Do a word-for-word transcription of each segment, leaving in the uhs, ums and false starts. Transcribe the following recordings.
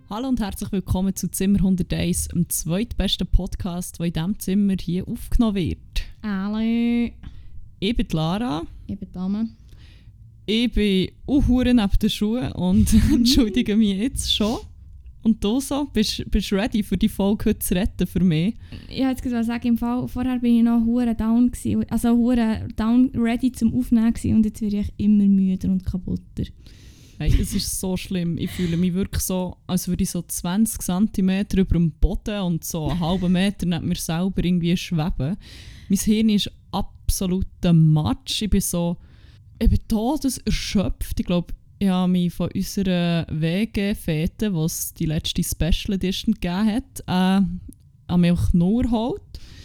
Hallo und herzlich willkommen zu Zimmer hunderteins, dem zweitbesten Podcast, der in diesem Zimmer hier aufgenommen wird. Hallo. Ich bin Lara. Ich bin Dame. Ich bin auch verdammt neben den Schuhen und entschuldige mich jetzt schon. Und du so, bist du ready für die Folge heute zu retten für mich? Ich wollte jetzt sagen, im Fall, vorher bin ich noch verdammt down gewesen, also verdammt down ready zum Aufnehmen gewesen, und jetzt werde ich immer müder und kaputter. Hey, es ist so schlimm. Ich fühle mich wirklich so, als würde ich so zwanzig Zentimeter über dem Boden und so einen halben Meter neben mir selber irgendwie schweben. Mein Hirn ist absoluter Matsch. Ich bin so, ich bin todeserschöpft. Ich glaube, ich habe mich von unserer W G-Fete, die es die letzte Special Edition gegeben hat, äh, an mich auch nur erholt.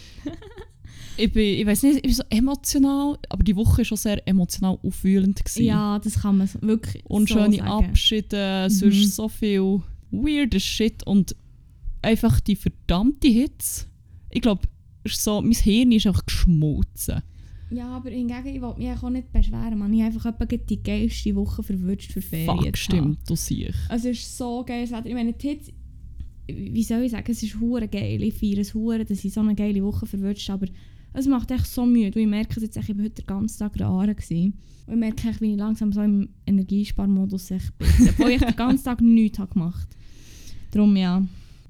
Ich bin, ich weiss nicht, ich bin so emotional, aber die Woche war schon sehr emotional aufwühlend gewesen. Ja, das kann man wirklich Unschöne so sagen. Abschiede, Mhm. sonst so viel weirder Shit und einfach die verdammte Hitze. Ich glaube, so, mein Hirn ist einfach geschmolzen. Ja, aber hingegen, ich will mich auch nicht beschweren, man. Ich habe einfach etwa die geilste Woche verwünscht für Ferien. Fuck, stimmt, du siehst. Also es ist so geiles Wetter. Ich meine, die Hitze, wie soll ich sagen, es ist hure geil. Ich feiere es hure, dass ich so eine geile Woche verwünscht habe, aber es macht echt so müde. Und ich merke es jetzt, ich war heute den ganzen Tag Aare gewesen. Und ich merke, echt, wie ich langsam so im Energiesparmodus bin. Obwohl ich den ganzen Tag nichts habe gemacht habe. Darum ja.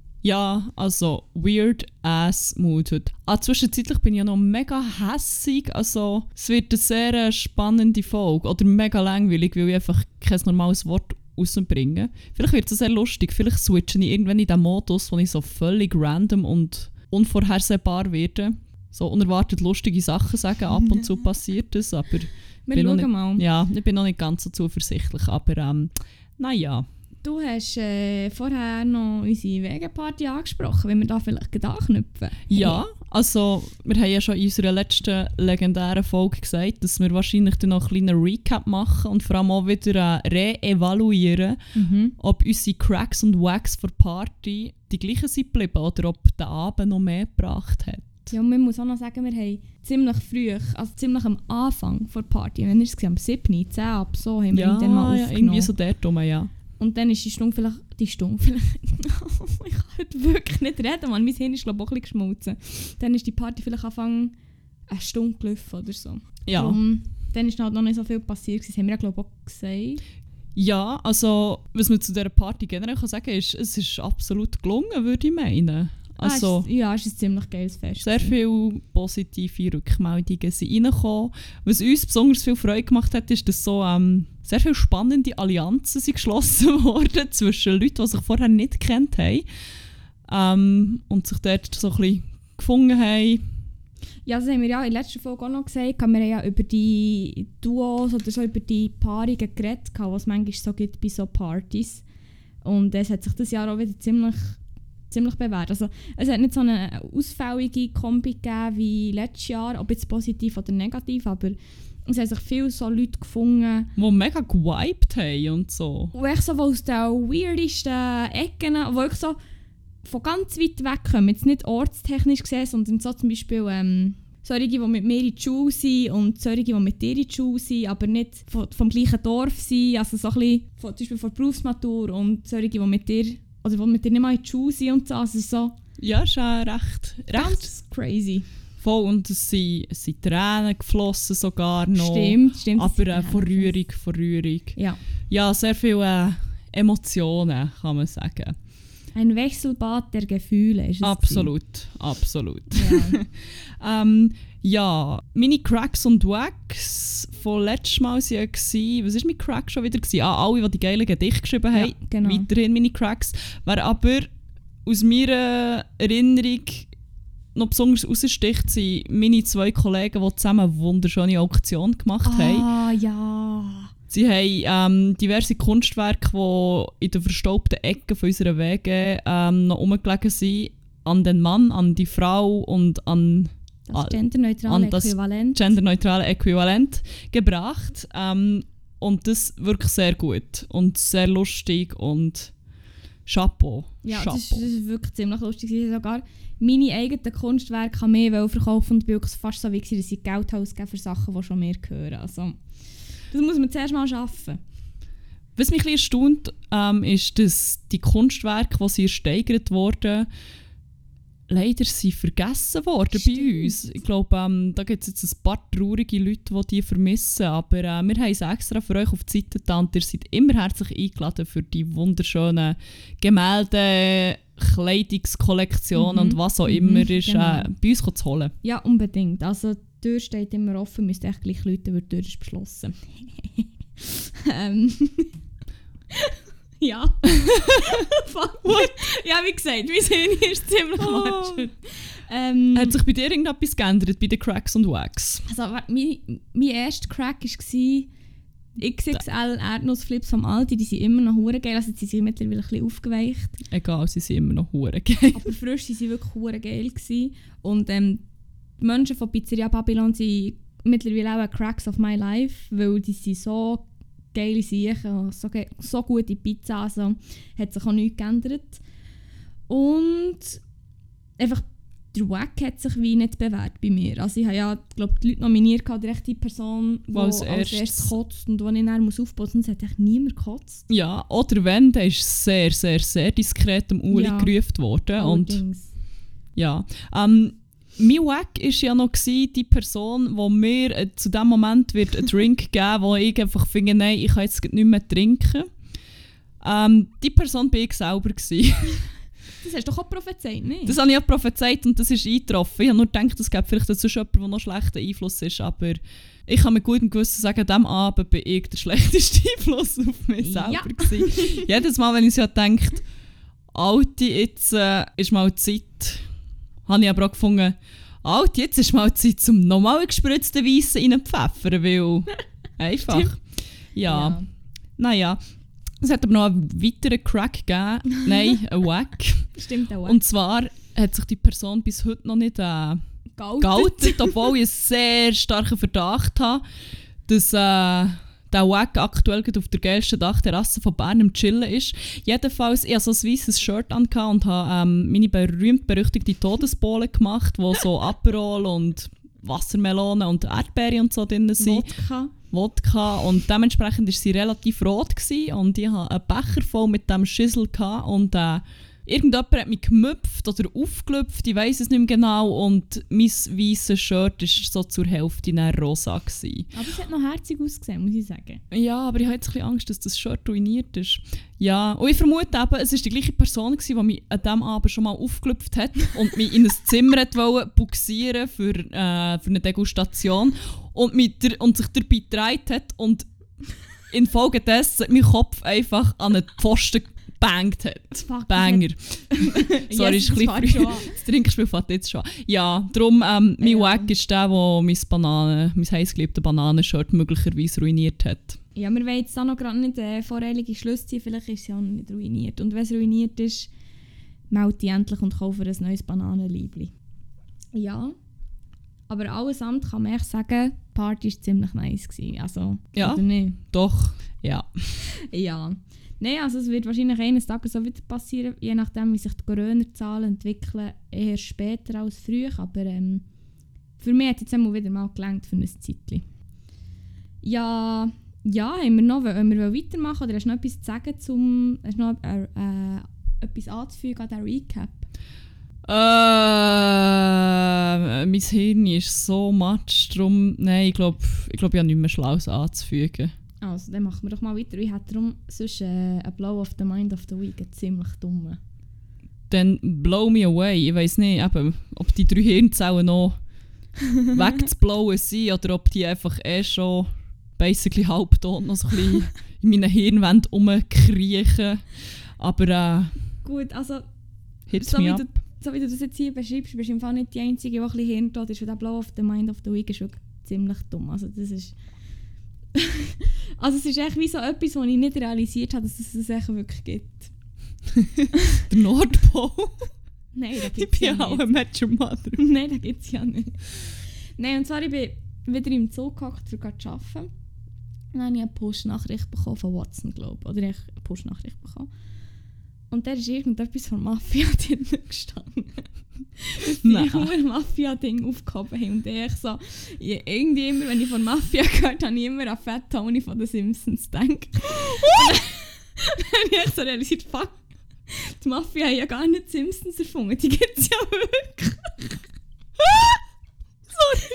Ja, also weird ass Mood heute. Ah, zwischenzeitlich bin ich ja noch mega hässig. Also es wird eine sehr spannende Folge. Oder mega langweilig, weil ich einfach kein normales Wort rausbringe. Vielleicht wird es sehr lustig. Vielleicht switche ich irgendwann in den Modus, wo ich so völlig random und unvorhersehbar werde. So unerwartet lustige Sachen sagen. Ab und zu passiert das, aber Wir bin schauen nicht, mal. ja, ich bin noch nicht ganz so zuversichtlich. Aber ähm, naja. Du hast äh, vorher noch unsere Wegeparty angesprochen, wenn wir da vielleicht gerade anknüpfen. Ja, also wir haben ja schon in unserer letzten legendären Folge gesagt, dass wir wahrscheinlich dann noch einen kleinen Recap machen und vor allem auch wieder äh, re-evaluieren, Mhm. ob unsere Cracks und Wags für die Party die gleichen sind geblieben oder ob der Abend noch mehr gebracht hat. Ja, und man muss auch noch sagen, wir haben ziemlich früh, also ziemlich am Anfang der Party, wenn wir es am siebten, zehn ab, so haben wir ihn dann mal ja, aufgenommen. irgendwie so dort rum, ja. Und dann ist die Stunde vielleicht, die Stunde vielleicht, ich kann heute wirklich nicht reden, Mann. Mein Hirn ist glaube ich auch ein bisschen geschmolzen. Dann ist die Party vielleicht Anfang eine Stunde gelaufen oder so. Ja. Darum, dann ist halt noch nicht so viel passiert, das haben wir ja glaube ich auch gesagt. Ja, also was man zu dieser Party generell kann sagen kann, ist, es ist absolut gelungen, würde ich meinen. Also, ah, es, ja, es ist ein ziemlich geiles Fest. sehr viele positive Rückmeldungen sind reingekommen. Was uns besonders viel Freude gemacht hat, ist, dass so ähm, sehr viele spannende Allianzen sind geschlossen wurden zwischen Leuten, die sich vorher nicht gekannt haben ähm, und sich dort so ein bisschen gefunden haben. Ja, das haben wir ja in der letzten Folge auch noch gesagt. Wir haben ja über die Duos oder so über die Paarungen geredet, was es manchmal so gibt bei so Partys. Und es hat sich das Jahr auch wieder ziemlich, ziemlich bewährt. Also, es hat nicht so eine ausfällige Kombi gegeben wie letztes Jahr, ob jetzt positiv oder negativ, aber es haben sich viele so Leute gefunden, Die mega gewiped haben und so. die echt so aus den weirdesten Ecken, die wirklich so von ganz weit weg kommen. Jetzt nicht ortstechnisch gesehen, sondern so zum Beispiel ähm, solche, die mit mir in die Schule sind und solche, die mit dir in die Schule sind, aber nicht vom, vom gleichen Dorf sind. Also so ein bisschen von, zum Beispiel von der Berufsmatur und solche, die mit dir, oder die mit dir nicht mal in die Schule sind und so. Also so Ja, ist auch recht, recht ganz crazy. voll. Und es sind, es sind Tränen geflossen sogar noch. Stimmt, stimmt. Aber äh, vor Rührung, vor Rührung. Ja. Ja, sehr viele äh, Emotionen, kann man sagen. Ein Wechselbad der Gefühle ist es. Absolut, absolut. Ja. ähm, ja, meine Cracks und Wags von letztes Mal waren ja, gewesen- was war mein Crack schon wieder? Gewesen? Ah, alle, die die geilen Gedichte geschrieben haben, Ja, genau. weiterhin meine Cracks. Wer aber aus meiner Erinnerung noch besonders raussticht, sind meine zwei Kollegen, die zusammen eine wunderschöne Auktion gemacht haben. Ah, ja. Sie haben ähm, diverse Kunstwerke, die in den verstaubten Ecken von unserer Wege ähm, noch rumgelegen sind, an den Mann, an die Frau und an Das Ah, genderneutrale an das Äquivalent. genderneutrale Äquivalent gebracht. Ähm, und das wirklich sehr gut und sehr lustig und Chapeau. Ja, Chapeau. das ist, das ist wirklich ziemlich lustig. Ich habe sogar meine eigenen Kunstwerke mehr verkaufen und bin wirklich fast so wie gewesen, dass ich Geld ausgeben für Sachen, die schon mir gehören. Also, das muss man zuerst mal schaffen. Was mich ein bisschen erstaunt, ähm, ist, dass die Kunstwerke, die sie ersteigert wurden, leider sind vergessen worden Stimmt. bei uns. Ich glaube, ähm, da gibt es jetzt ein paar traurige Leute, die die vermissen. Aber äh, wir haben es extra für euch auf die Seite getan. Ihr seid immer herzlich eingeladen für die wunderschönen Gemälde, Kleidungskollektionen Mhm. und was auch Mhm, immer ist, genau. äh, bei uns zu holen. Ja, unbedingt. Also die Tür steht immer offen, müsst echt gleich Leute, weil die Tür ist beschlossen. ähm. ja. Fuck. Ja, wie gesagt, mein Hirn ist ziemlich Oh. matschend. Ähm, Hat sich bei dir irgendetwas geändert bei den Cracks und Wax? also, warte, mein, mein erster Crack war X X L Erdnussflips vom Aldi. Die sind immer noch hure geil. Also, sie sind mittlerweile ein bisschen aufgeweicht. Egal, sie sind immer noch hure geil. Aber frisch waren sie wirklich hure geil. Gewesen. Und ähm, die Menschen von Pizzeria Babylon sind mittlerweile auch Cracks of my life, weil die sind so geile Sachen, so, ge- so gute Pizza, also hat sich auch nichts geändert. Und einfach der Wack hat sich wie nicht bewährt bei mir. Also ich habe ja, glaube die Leute nominiert, die recht die Person, die als als, erstes- erstes kotzt und die ich dann muss aufpassen muss. Und es hat echt niemand gekotzt. Ja, oder wenn, der ist sehr, sehr, sehr diskret dem Uli Ja. gerufen worden. Und Allerdings. ja, ähm, mein Wack war ja noch gewesen, die Person, die mir äh, zu dem Moment wird einen Drink geben, wo ich einfach finde, nein, ich kann jetzt nicht mehr trinken. Ähm, die Person war ich selber gewesen. Das hast du doch auch prophezeit, nicht? Das habe ich auch prophezeit und das ist eingetroffen. Ich habe nur gedacht, es gibt vielleicht sonst jemanden, der noch schlechter Einfluss ist, aber ich kann mit gutem Gewissen sagen, an diesem Abend bin ich der schlechteste Einfluss auf mich Ja. selber gewesen. Jedes Mal, wenn ich so denke, Alti, jetzt äh, ist mal Zeit, habe ich aber auch gefunden, Alti, jetzt ist mal Zeit, um nochmal gespritzten Weissen reinzupfeffern, weil einfach, ja, Ja. naja. Es hat aber noch einen weiteren Crack gegeben, nein, einen Wack. Stimmt auch. Und zwar hat sich die Person bis heute noch nicht äh, Geoutet. geoutet, obwohl ich einen sehr starken Verdacht habe, dass äh, der Wack aktuell gerade auf der geilsten Dachterrasse von Bern am Chillen ist. Jedenfalls, ich hatte so ein weißes Shirt an und habe ähm, meine berühmt-berüchtigte Todesbohle gemacht, wo so Aperol und Wassermelone und Erdbeere und so drin sind. Wodka. Wodka und dementsprechend war sie relativ rot gewesen und ich hatte einen Becher voll mit diesem Schüssel gehabt und äh, irgendjemand hat mich gemüpft oder aufgelüpft, ich weiss es nicht mehr genau und mein weisses Shirt war so zur Hälfte dann rosa gewesen. Aber es hat noch herzig ausgesehen, muss ich sagen. Ja, aber ich habe jetzt ein bisschen Angst, dass das Shirt ruiniert ist. Ja, und ich vermute eben, es war die gleiche Person gewesen, die mich an diesem Abend schon mal aufgelüpft hat und mich in ein Zimmer hat wollte buxieren für, äh, für eine Degustation und, mich der, und sich dabei gedreht hat und infolgedessen mein Kopf einfach an einen Pfosten gebangt hat. Fuck, Banger. Sorry, Yes, ist ein das bisschen fängt schon früh. an. Das Trinkspiel fängt jetzt schon an. Ja, darum, ähm, mein Ja. Wack ist der, der mein, Banane, mein heißgeliebtes Bananenshirt möglicherweise ruiniert hat. Ja, wir wollen jetzt da noch gerade nicht äh, voreilige Schlüsse ziehen, vielleicht ist es ja noch nicht ruiniert. Und wenn es ruiniert ist, melde dich endlich und kaufe ein neues Bananenliebli. Ja, aber allesamt kann man echt sagen, die Party war ziemlich nice gewesen. Also, Ja. oder nicht? Doch, ja. Ja. Nein, also es wird wahrscheinlich eines Tages so wieder passieren, je nachdem wie sich die Corona-Zahlen entwickeln, eher später als früher, aber ähm, für mich hat es jetzt einmal wieder mal gelangt für ein Zeitchen. Ja, ja, haben wir noch, wollen wir weitermachen oder hast du noch etwas zu sagen, zum, hast du noch äh, äh, etwas anzufügen an diesen Recap? Äh, mein Hirn ist so matsch, darum, nein, ich glaube, ich, glaub, ich habe nichts mehr Schlaues anzufügen. Also, dann machen wir doch mal weiter. Ich hätte darum sonst äh, ein Blow of the Mind of the Week, einen ziemlich dummen. Dann blow me away. Ich weiss nicht, eben, ob die drei Hirnzellen noch wegzublowen sind oder ob die einfach eh schon basically halbtot noch so ein bisschen in meinen Hirnwänden rumkriechen. Aber äh, Gut, also hits so me wie, up. du, so wie du das jetzt hier beschreibst, bist du im Fall nicht die Einzige, die ein bisschen hirntot ist. Und der Blow of the Mind of the Week ist wirklich ziemlich dumm. Also das ist... also es ist echt wie so etwas, was ich nicht realisiert habe, dass es das echt wirklich gibt. Der Nordpol. Nein, da Ich gibt es bin ja auch nicht. ein Match Mother. Nein, da gibt es ja nicht. Nein, und zwar, ich bin wieder im Zug gehockt, um zu arbeiten. Dann habe ich eine Push-Nachricht bekommen von Watson, glaube ich. Oder ich habe eine Push-Nachricht bekommen. Und da ist irgendetwas von Mafia drin gestanden. dass sie ein Mafia-Ding aufgehoben haben. Und ich so, ja, irgendwie immer, wenn ich von Mafia gehört habe, ich immer an Fat Tony von den Simpsons gedacht. Und dann habe ich so realisiert, fuck, die Mafia haben ja gar nicht Simpsons erfunden, die gibt es ja wirklich. Sorry.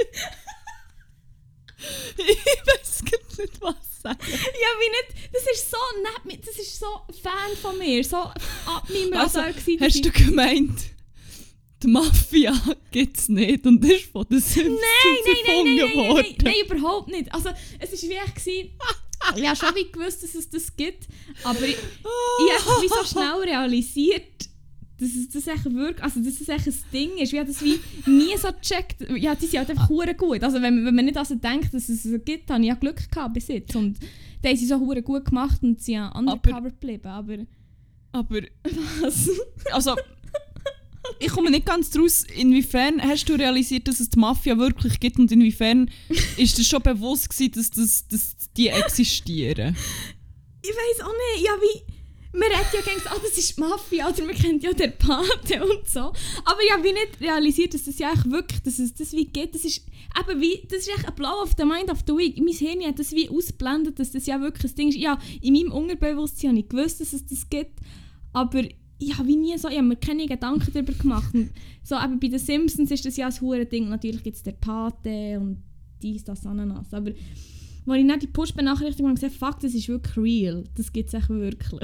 Ich weiß gar nicht, was sagen. Ja, wie nicht, das ist so nett, das ist so Fan von mir, so ab meinem Also, Radar gewesen. hast du gemeint, die Mafia gibt es nicht und ist von den Simpsons erfunden nein, nein, worden? nein, nein, überhaupt nicht. Also, es war wie ich, ich habe schon wie gewusst, dass es das gibt, aber ich, ich habe wie so schnell realisiert, dass es das echt wirklich, also dass es echt ein Ding ist. Ich habe das wie nie so gecheckt. Ja, die sind halt einfach hure gut. Also wenn, wenn man nicht also denkt, dass es es gibt, habe ich ja Glück gehabt bis jetzt. Und die haben sie so hure gut gemacht und sie sind undercover geblieben. Aber... Aber... Was? Also... Ich komme nicht ganz draus, inwiefern hast du realisiert, dass es die Mafia wirklich gibt und inwiefern ist dir schon bewusst gewesen, dass, das, dass die existieren? Ich weiss auch nicht. Ja, wie... Man hat ja gedacht, ah, das ist die Mafia, oder man kennt ja den Pate und so. Aber ich habe nicht realisiert, dass das ja eigentlich wirklich, dass es das wie geht. Das ist eben wie, das ist echt ein Blow of the Mind of the Week. Mein Hirn hat das wie ausgeblendet, dass das ja wirklich ein Ding ist. Ja, in meinem Unterbewusstsein habe ich gewusst, dass es das gibt. Aber ich habe wie nie so, ich habe mir keine Gedanken darüber gemacht. Und so eben bei den Simpsons ist das ja ein hure Ding. Natürlich gibt es den Pate und dies, das, Ananas. Aber als ich dann die Push-Benachrichtigung habe, gesagt, fuck, das ist wirklich real. Das gibt es echt wirklich.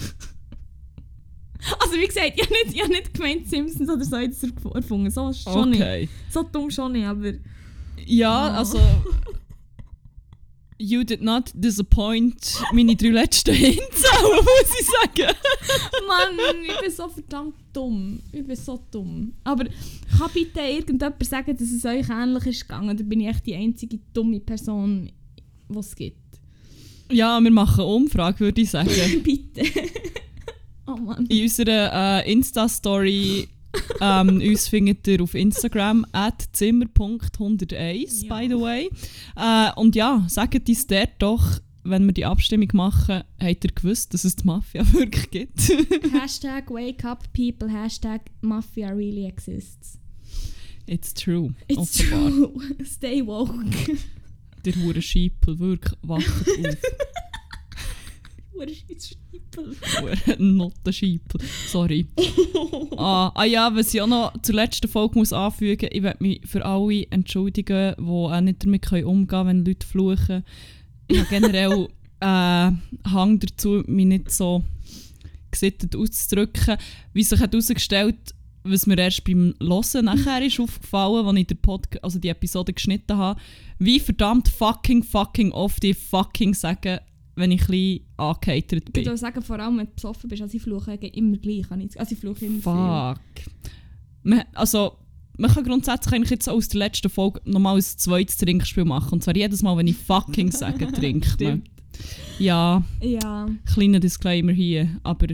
Also wie gesagt, ich habe nicht, ich habe nicht gemeint, Simpsons oder so jetzt erfunden. So schon Okay. nicht. So dumm schon nicht, aber... Ja, Oh. also... You did not disappoint meine drei letzten Hints, auch, muss ich sagen. Mann, ich bin so verdammt dumm. Ich bin so dumm. Aber kann bitte irgendjemand sagen, dass es euch ähnlich ist gegangen? Oder bin ich echt die einzige dumme Person, die es gibt? Ja, wir machen eine Umfrage, würde ich sagen. Bitte. Oh Mann. In unserer äh, Insta-Story ähm, uns findet ihr auf Instagram at zimmer punkt hunderteins, Ja. by the way. Äh, und ja, sagt uns dort doch, wenn wir die Abstimmung machen, habt ihr gewusst, dass es die Mafia wirklich gibt? Hashtag wake up people, Hashtag Mafia really exists. It's true. It's offenbar. true. Stay woke. Der hure Schiepel, wirklich, wacht auf. Hure Schiepel. Hure Nottenschiepel. Sorry. ah, ah ja, was ich auch noch zur letzten Folge muss anfügen muss, ich möchte mich für alle entschuldigen, die auch nicht damit umgehen können, wenn Leute fluchen. Ich habe generell äh, Hang dazu, mich nicht so gesittet auszudrücken. Wie sich herausgestellt hat, was mir erst beim Hören nachher ist aufgefallen, als ich den Podcast, also die Episode geschnitten habe, wie verdammt fucking fucking oft ich fucking sage, wenn ich ein bisschen angeheitert Ich bin. würde sagen, vor allem wenn du besoffen bist, also ich fluche immer gleich. Also ich fluche immer Fuck. Man, also, man kann grundsätzlich eigentlich jetzt aus der letzten Folge nochmal ein zweites Trinkspiel machen. Und zwar jedes Mal, wenn ich fucking sage, trinkt man. Stimmt. Ja, viel. Ja. kleiner Disclaimer hier, aber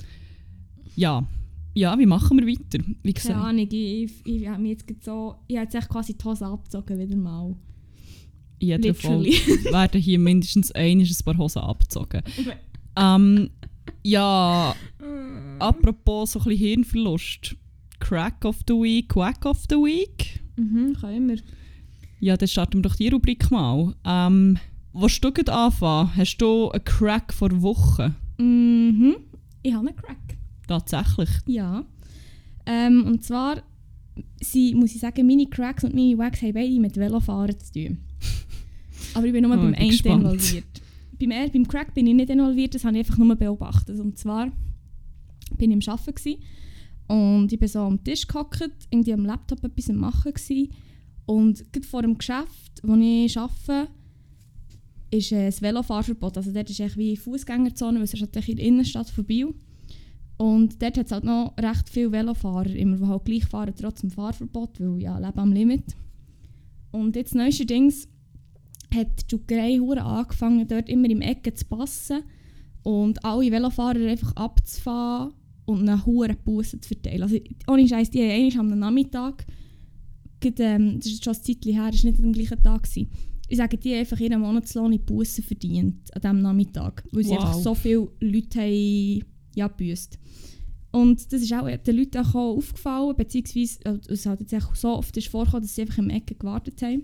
ja. Ja, wie machen wir weiter? Wie Keine gesagt. Ahnung, ich, ich, ich habe mir jetzt gerade so... Ich habe jetzt echt quasi die Hose abgezogen wieder mal. In jeder Literally. Folge werden hier mindestens ein paar Hosen abgezogen. ähm, ja, apropos so ein bisschen Hirnverlust. Crack of the Week, Quack of the Week. Mhm, können wir. Ja, dann starten wir doch die Rubrik mal. Ähm, willst du gerade anfangen? Hast du einen Crack vor Wochen? Mhm. Ich habe einen Crack. Tatsächlich? Ja. Ähm, und zwar sie, muss ich sagen, meine Cracks und meine Wags haben beide mit Velofahren zu tun. Aber ich bin nur Oh, beim ich bin einen gespannt. involviert. Beim, er, beim Crack bin ich nicht involviert, das habe ich einfach nur beobachtet. Und zwar bin ich am Arbeiten gewesen, und ich bin so am Tisch gehockt, irgendwie am Laptop etwas am Machen gewesen, und gerade vor dem Geschäft, wo ich arbeite, ist ein Velofahrverbot. Also dort ist echt wie Fußgängerzone, weil es ist natürlich in der Innenstadt von Biel. Und dort hat es halt noch recht viele Velofahrer, immer, die halt gleich fahren, trotz dem Fahrverbot, weil ja, leben am Limit. Und jetzt neuestens hat die Juckerei hure angefangen, dort immer im Ecken zu passen und alle Velofahrer einfach abzufahren und eine hure Busse zu verteilen. Also ohne Scheiß, die haben einmal am Nachmittag, gerade, ähm, das ist schon ein Zeitchen her, das war nicht am gleichen Tag gewesen. Ich sage, die haben einfach ihren Monatslohn in Bussen verdient an diesem Nachmittag, weil sie Wow. einfach so viele Leute haben ja, gebüsst. Und das ist auch den Leuten auch aufgefallen, beziehungsweise es hat jetzt auch so oft ist vorgekommen, dass sie einfach im Ecke gewartet haben.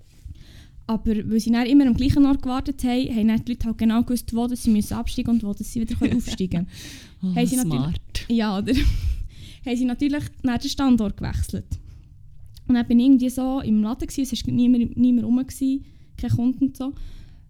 Aber weil sie dann immer am gleichen Ort gewartet haben, haben dann die Leute halt genau gewusst, wo sie müssen absteigen und wo sie wieder aufsteigen können. Oh, haben sie smart. Ja, oder? haben sie natürlich nach den Standort gewechselt. Und dann bin ich irgendwie so im Laden, gewesen, es war niemand, niemand rum, gewesen, keine Kunden und so.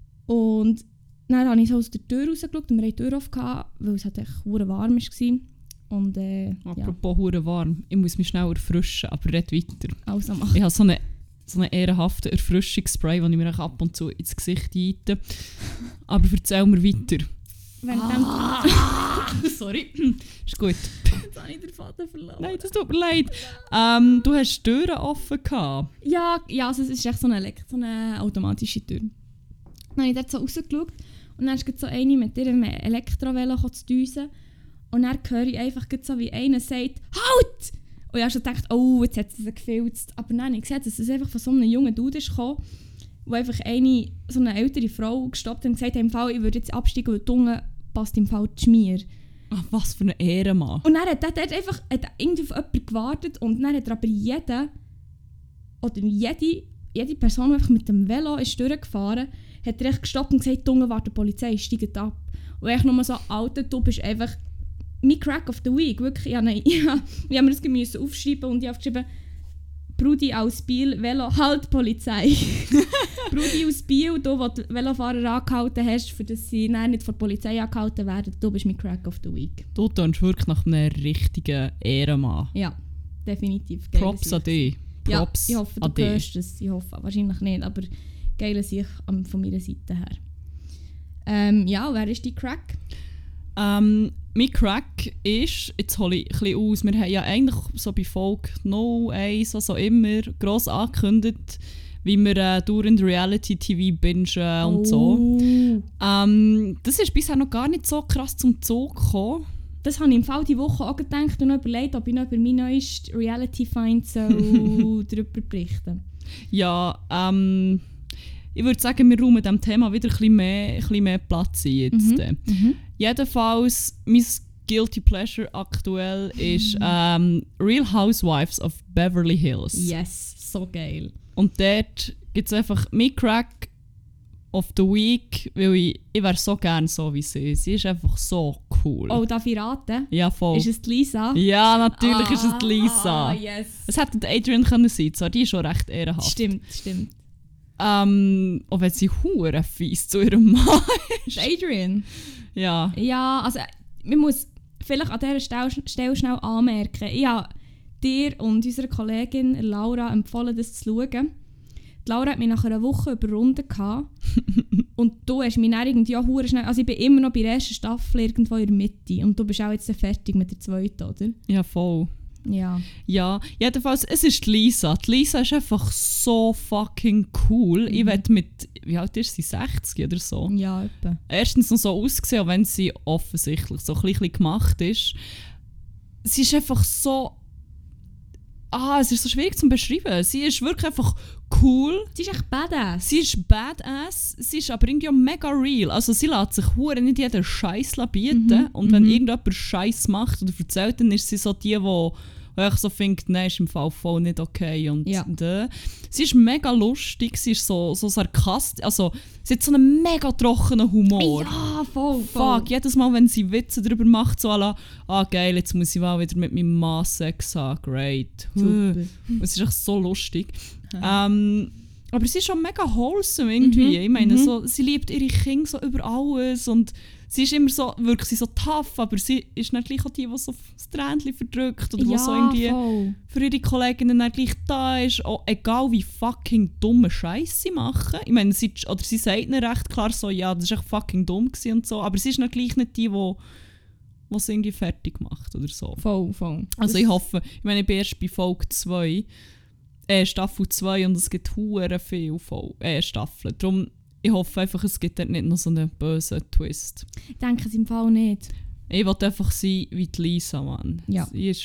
Und dann habe ich so aus der Tür rausgeschaut und wir hatten die Tür offen, weil es halt echt verdammt warm war. Und, äh, Apropos hure warm, ich muss mich schnell erfrischen, aber red weiter. Also mach. Ich habe so einen so eine ehrenhaften Erfrischungsspray, den ich mir ab und zu ins Gesicht eite. Aber erzähl mir weiter. Wenn Ah, sorry, ist gut. Jetzt habe ich den Faden verloren. Nein, das tut mir leid. Ähm, du hast die Türen offen gehabt. Ja, ja, also es ist echt so eine, so eine automatische Tür. Dann habe ich dort so rausgeschaut und dann ist so eine mit ihrem Elektrovelo zu düsen. Und dann höre ich einfach so, wie einer sagt, «Halt!» Und ich habe schon gedacht, oh, jetzt hat es sich gefilzt. Aber nein, ich sehe, dass es einfach von so einem jungen Dude ist gekommen, wo einfach eine, so eine ältere Frau gestoppt hat und gesagt hat, im Fall, ich würde jetzt absteigen, weil die Tunge passt im Fall zu mir. Ach, was für ein Ehrenmann. Und dann hat er dort einfach hat er irgendwie auf jemanden gewartet und dann hat er aber jeder, oder jede, jede Person, die einfach mit dem Velo ist durchgefahren, hat er echt gestoppt und gesagt, die Tunge wartet, die Polizei steigt ab. Und ich nur so, Alter, du bist einfach mein Crack of the Week, wirklich. Ich habe, ich habe, ich habe mir das müssen aufschreiben und ich habe geschrieben, Brudi aus Biel, Velo, halt Polizei. Brudi aus Biel, du, der die Velofahrer angehalten hast, für dass sie nicht von der Polizei angehalten werden, du bist mein Crack of the Week. Du tönst wirklich nach einem richtigen Ehrenmann. Ja, definitiv. Geile Props an Sicht. dich. Props Ja, ich hoffe, an du dich. hörst es. Ich hoffe, wahrscheinlich nicht, aber geile Sicht von meiner Seite her. Ähm, ja, wer ist dein Crack? Ähm, mein Crack ist, jetzt hole ich ein bisschen aus, wir haben ja eigentlich so bei Folge null eins also immer gross angekündigt, wie wir äh, dauernd Reality-T V bingen und so. Ähm, das ist bisher noch gar nicht so krass zum Zug gekommen. Das habe ich im Fall die Woche auch gedacht und noch überlegt, ob ich noch über mein neuestes Reality-Find so darüber berichten. Ja, ähm, ich würde sagen, wir räumen diesem Thema wieder ein bisschen mehr, ein bisschen mehr Platz ein jetzt. Mhm. Mhm. Jedenfalls, mein Guilty Pleasure aktuell ist ähm, Real Housewives of Beverly Hills. Yes, so geil. Und dort gibt es einfach mein Crack of the Week, weil ich, ich wäre so gerne so wie sie. Sie ist einfach so cool. Oh, darf ich raten? Ja, voll. Ist es die Lisa? Ja, natürlich ah, ist es die Lisa. Ah, yes. Es hätte die Adrian können sein, zwar die ist schon recht ehrenhaft. Stimmt, stimmt. Ähm, auch wenn sie hure fies zu ihrem Mann ist. Adrian? Ja. Ja, also man muss vielleicht an dieser Stelle, Stelle schnell anmerken. Ich habe dir und unserer Kollegin Laura empfohlen, das zu schauen. Die Laura hat mich nach einer Woche überrunden gehabt. Und du hast mich dann irgendwie auch hure schnell... Also ich bin immer noch bei der ersten Staffel irgendwo in der Mitte. Und du bist auch jetzt fertig mit der zweiten, oder? Ja, voll. Ja. Ja, jedenfalls, es ist die Lisa. Die Lisa ist einfach so fucking cool. Mhm. Ich wette mit, wie alt ist sie, sechzig oder so? Ja, etwa. Erstens noch so ausgesehen, auch wenn sie offensichtlich so ein bisschen gemacht ist. Sie ist einfach so... Ah, es ist so schwierig zu beschreiben. Sie ist wirklich einfach cool. Sie ist echt badass. Sie ist badass, sie ist aber irgendwie auch mega real. Also sie lässt sich hure nicht jeden Scheiß bieten. Mhm. Und wenn mhm. irgendjemand Scheiß macht oder erzählt, dann ist sie so die, die ich so findet, nein, ist im Fall voll nicht okay. Und ja. äh. Sie ist mega lustig, sie ist so, so sarkastisch, also sie hat so einen mega trockenen Humor. Ja, voll, voll. Fuck, jedes Mal, wenn sie Witze darüber macht, so la, ah geil, jetzt muss ich mal wieder mit meinem Mann Sex haben, great. Super. Es ist echt so lustig. ähm, aber sie ist schon mega wholesome irgendwie. Mhm. Ich meine, mhm. so, sie liebt ihre Kinder so über alles und sie ist immer so, wirklich so tough, aber sie ist nicht gleich auch die, die so das Tränchen verdrückt oder ja, die so irgendwie voll. für ihre Kolleginnen dann gleich da ist, auch egal wie fucking dumme Scheiß sie machen. Ich meine, sie, oder sie sagt ihnen recht klar so, ja, das war echt fucking dumm gewesen und so, aber sie ist dann gleich nicht die, die was irgendwie fertig macht oder so. Voll, voll. Also das ich hoffe, ich meine, ich bin erst bei Folge zwei, äh, Staffel zwei und es gibt hure viel Vol- äh, Staffeln. Darum, ich hoffe einfach, es gibt dort nicht noch so einen bösen Twist. Ich denke es im Fall nicht. Ich will einfach sein wie die Lisa, Mann. Ja. Sie ist,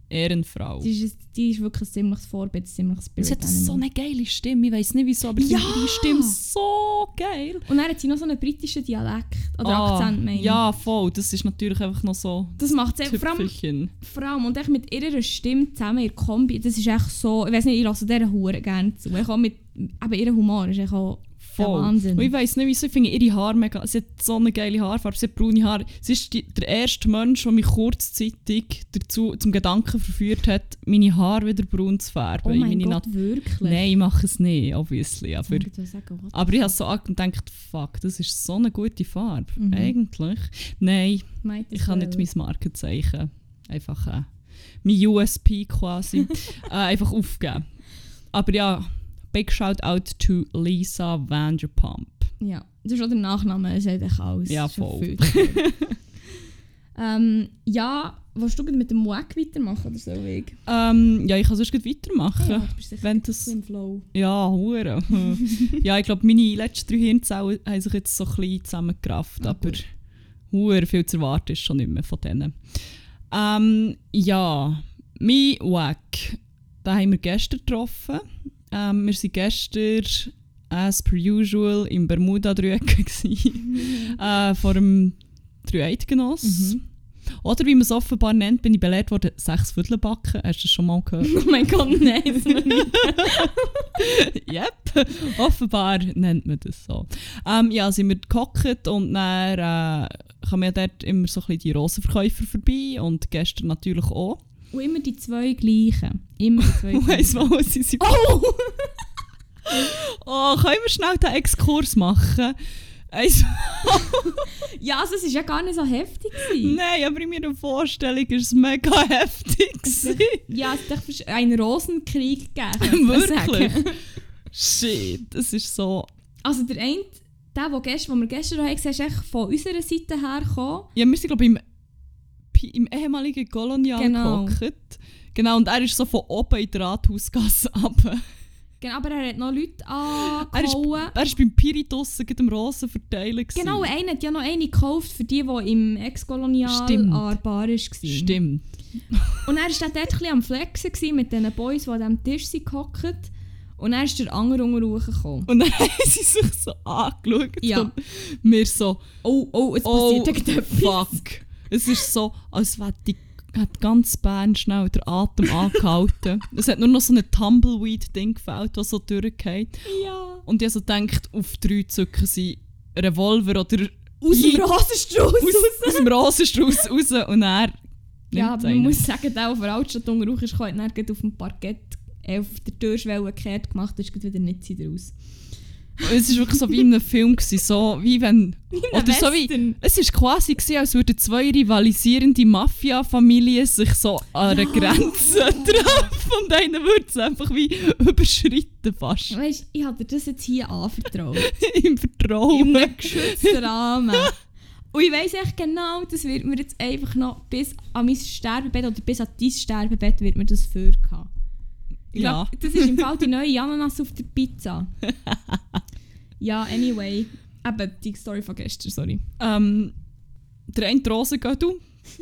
Ehrenfrau. Die ist, die ist wirklich ein ziemliches Vorbild, ein ziemliches Spirit Sie hat Animal. so eine geile Stimme, ich weiß nicht wieso, aber Ja! ihre Stimme ist so geil. Und dann hat sie noch so einen britischen Dialekt oder Ah, Akzent, meine ich. ja, voll, das ist natürlich einfach noch so Das macht sie vor allem, Tüpfelchen. vor allem und echt mit ihrer Stimme zusammen, ihr Kombi, das ist echt so, ich weiß nicht, ich lasse dieser Hure gerne zu. Ich auch mit, eben ihr Humor ist echt auch der Voll. Wahnsinn. Und ich weiss nicht, wieso, ich finde ihre Haare mega, sie hat so eine geile Haarfarbe, sie hat braune Haare. Sie ist die, der erste Mensch, der mich kurzzeitig dazu, zum Gedanken verführt hat, meine Haare wieder braun zu färben. Oh mein meine Gott, Nat- wirklich? Nein, ich mache es nicht, obviously. Aber, Ich wollte sagen, what the aber ich habe fuck? so angeguckt und gedacht, fuck, das ist so eine gute Farbe. Mhm. Eigentlich. Nein, Might ich as kann well. nicht mein Markenzeichen einfach äh, mein U S P quasi äh, einfach aufgeben. Aber ja, big shout out to Lisa Vanderpump. Ja, das ist auch der Nachname, es ist eigentlich alles. Ja, Schon voll. viel zu viel. ähm, ja, willst du mit dem Wack weitermachen oder so? Weg? Ähm, ja, ich kann sonst gleich weitermachen. Ja, du bist sicher wenn das, im Flow. ja, hure. Ja, ich glaube, meine letzten drei Hirnzellen haben sich jetzt so ein bisschen zusammengerafft, Ah, aber gut. hure viel zu erwarten ist schon nicht mehr von denen. Ähm, ja, mein Wack, den haben wir gestern getroffen. Ähm, wir waren gestern, as per usual, im Bermuda-Dreieck äh, vor dem Dreieidgenoss. Mhm. Oder wie man es offenbar nennt, bin ich belehrt worden, sechs Viertel backen. Hast du das schon mal gehört? Oh mein Gott, nein, das noch nicht. Yep, offenbar nennt man das so. Ähm, ja, sind wir gehockt und dann äh, kommen ja dort immer so ein bisschen die Rosenverkäufer vorbei und gestern natürlich auch. Und immer die zwei gleichen. Immer die zwei Und weiss gleichen. mal, was sie sind. Oh! Oh, können wir schnell den Exkurs machen? Eins- Ja, also es war ja gar nicht so heftig. gewesen. Nein, aber in meiner Vorstellung war es mega heftig. gewesen. Ja, es hat echt einen Rosenkrieg gegeben. könnte man Wirklich? sagen. Shit, das ist so... Also der eine, der, der gestern, den wir gestern haben gesehen, ist echt von unserer Seite her gekommen. Ja, wir sind glaube ich im, Pi- im ehemaligen Kolonial Genau. gehockt. Genau, und er ist so von oben in die Rathausgasse runter. Genau, aber er hat noch Leute Er ist, angehauen. er ist beim Piritus mit dem Rosen verteilen. gewesen. Genau, einer hat ja noch eine gekauft für die, die im Ex-Kolonial Stimmt. an der Bar war. Stimmt. Und er war dort ein bisschen am Flexen gewesen mit den Boys, die an diesem Tisch sind gehockt. Und dann ist der andere unten hochgekommen. Und dann haben sie sich so angeschaut Ja. und wir so, Oh, oh, es oh, passiert irgendetwas. fuck. Es ist so, als wäre die hat ganz Bern schnell den Atem angehalten. Es hat nur noch so ein Tumbleweed-Ding gefällt, das so durchgeht. Ja. Und ich habe so gedacht, auf drei zücken sie Revolver oder Aus dem Jeep Rasenstrauß aus, raus. aus dem Rosenstrauß raus und er Ja, aber man muss sagen, der, der von der Altstadt unten raus ist, hat dann gleich auf dem Parkett äh, auf der Türschwelle gekehrt gemacht, ist gleich wieder nicht sie draus. Es war wirklich so wie in einem Film, gewesen, so wie wenn... Oder so wie... Western. Es war quasi, gewesen, als würden zwei rivalisierende Mafia-Familien sich so an einer Ja. Grenze treffen und einer würde es einfach wie überschritten fast. Weißt, ich habe dir das jetzt hier anvertraut. Im Vertrauen. In einem geschützten Rahmen. Und ich weiss echt genau, das wird mir jetzt einfach noch bis an mein Sterbebett oder bis an dein Sterbebett wird mir das vorgehauen. Ich Ja. glaub, das ist im Fall die neue Ananas auf der Pizza. Ja, anyway. Eben die Story von gestern, sorry. Ähm, der eine Rosengödel.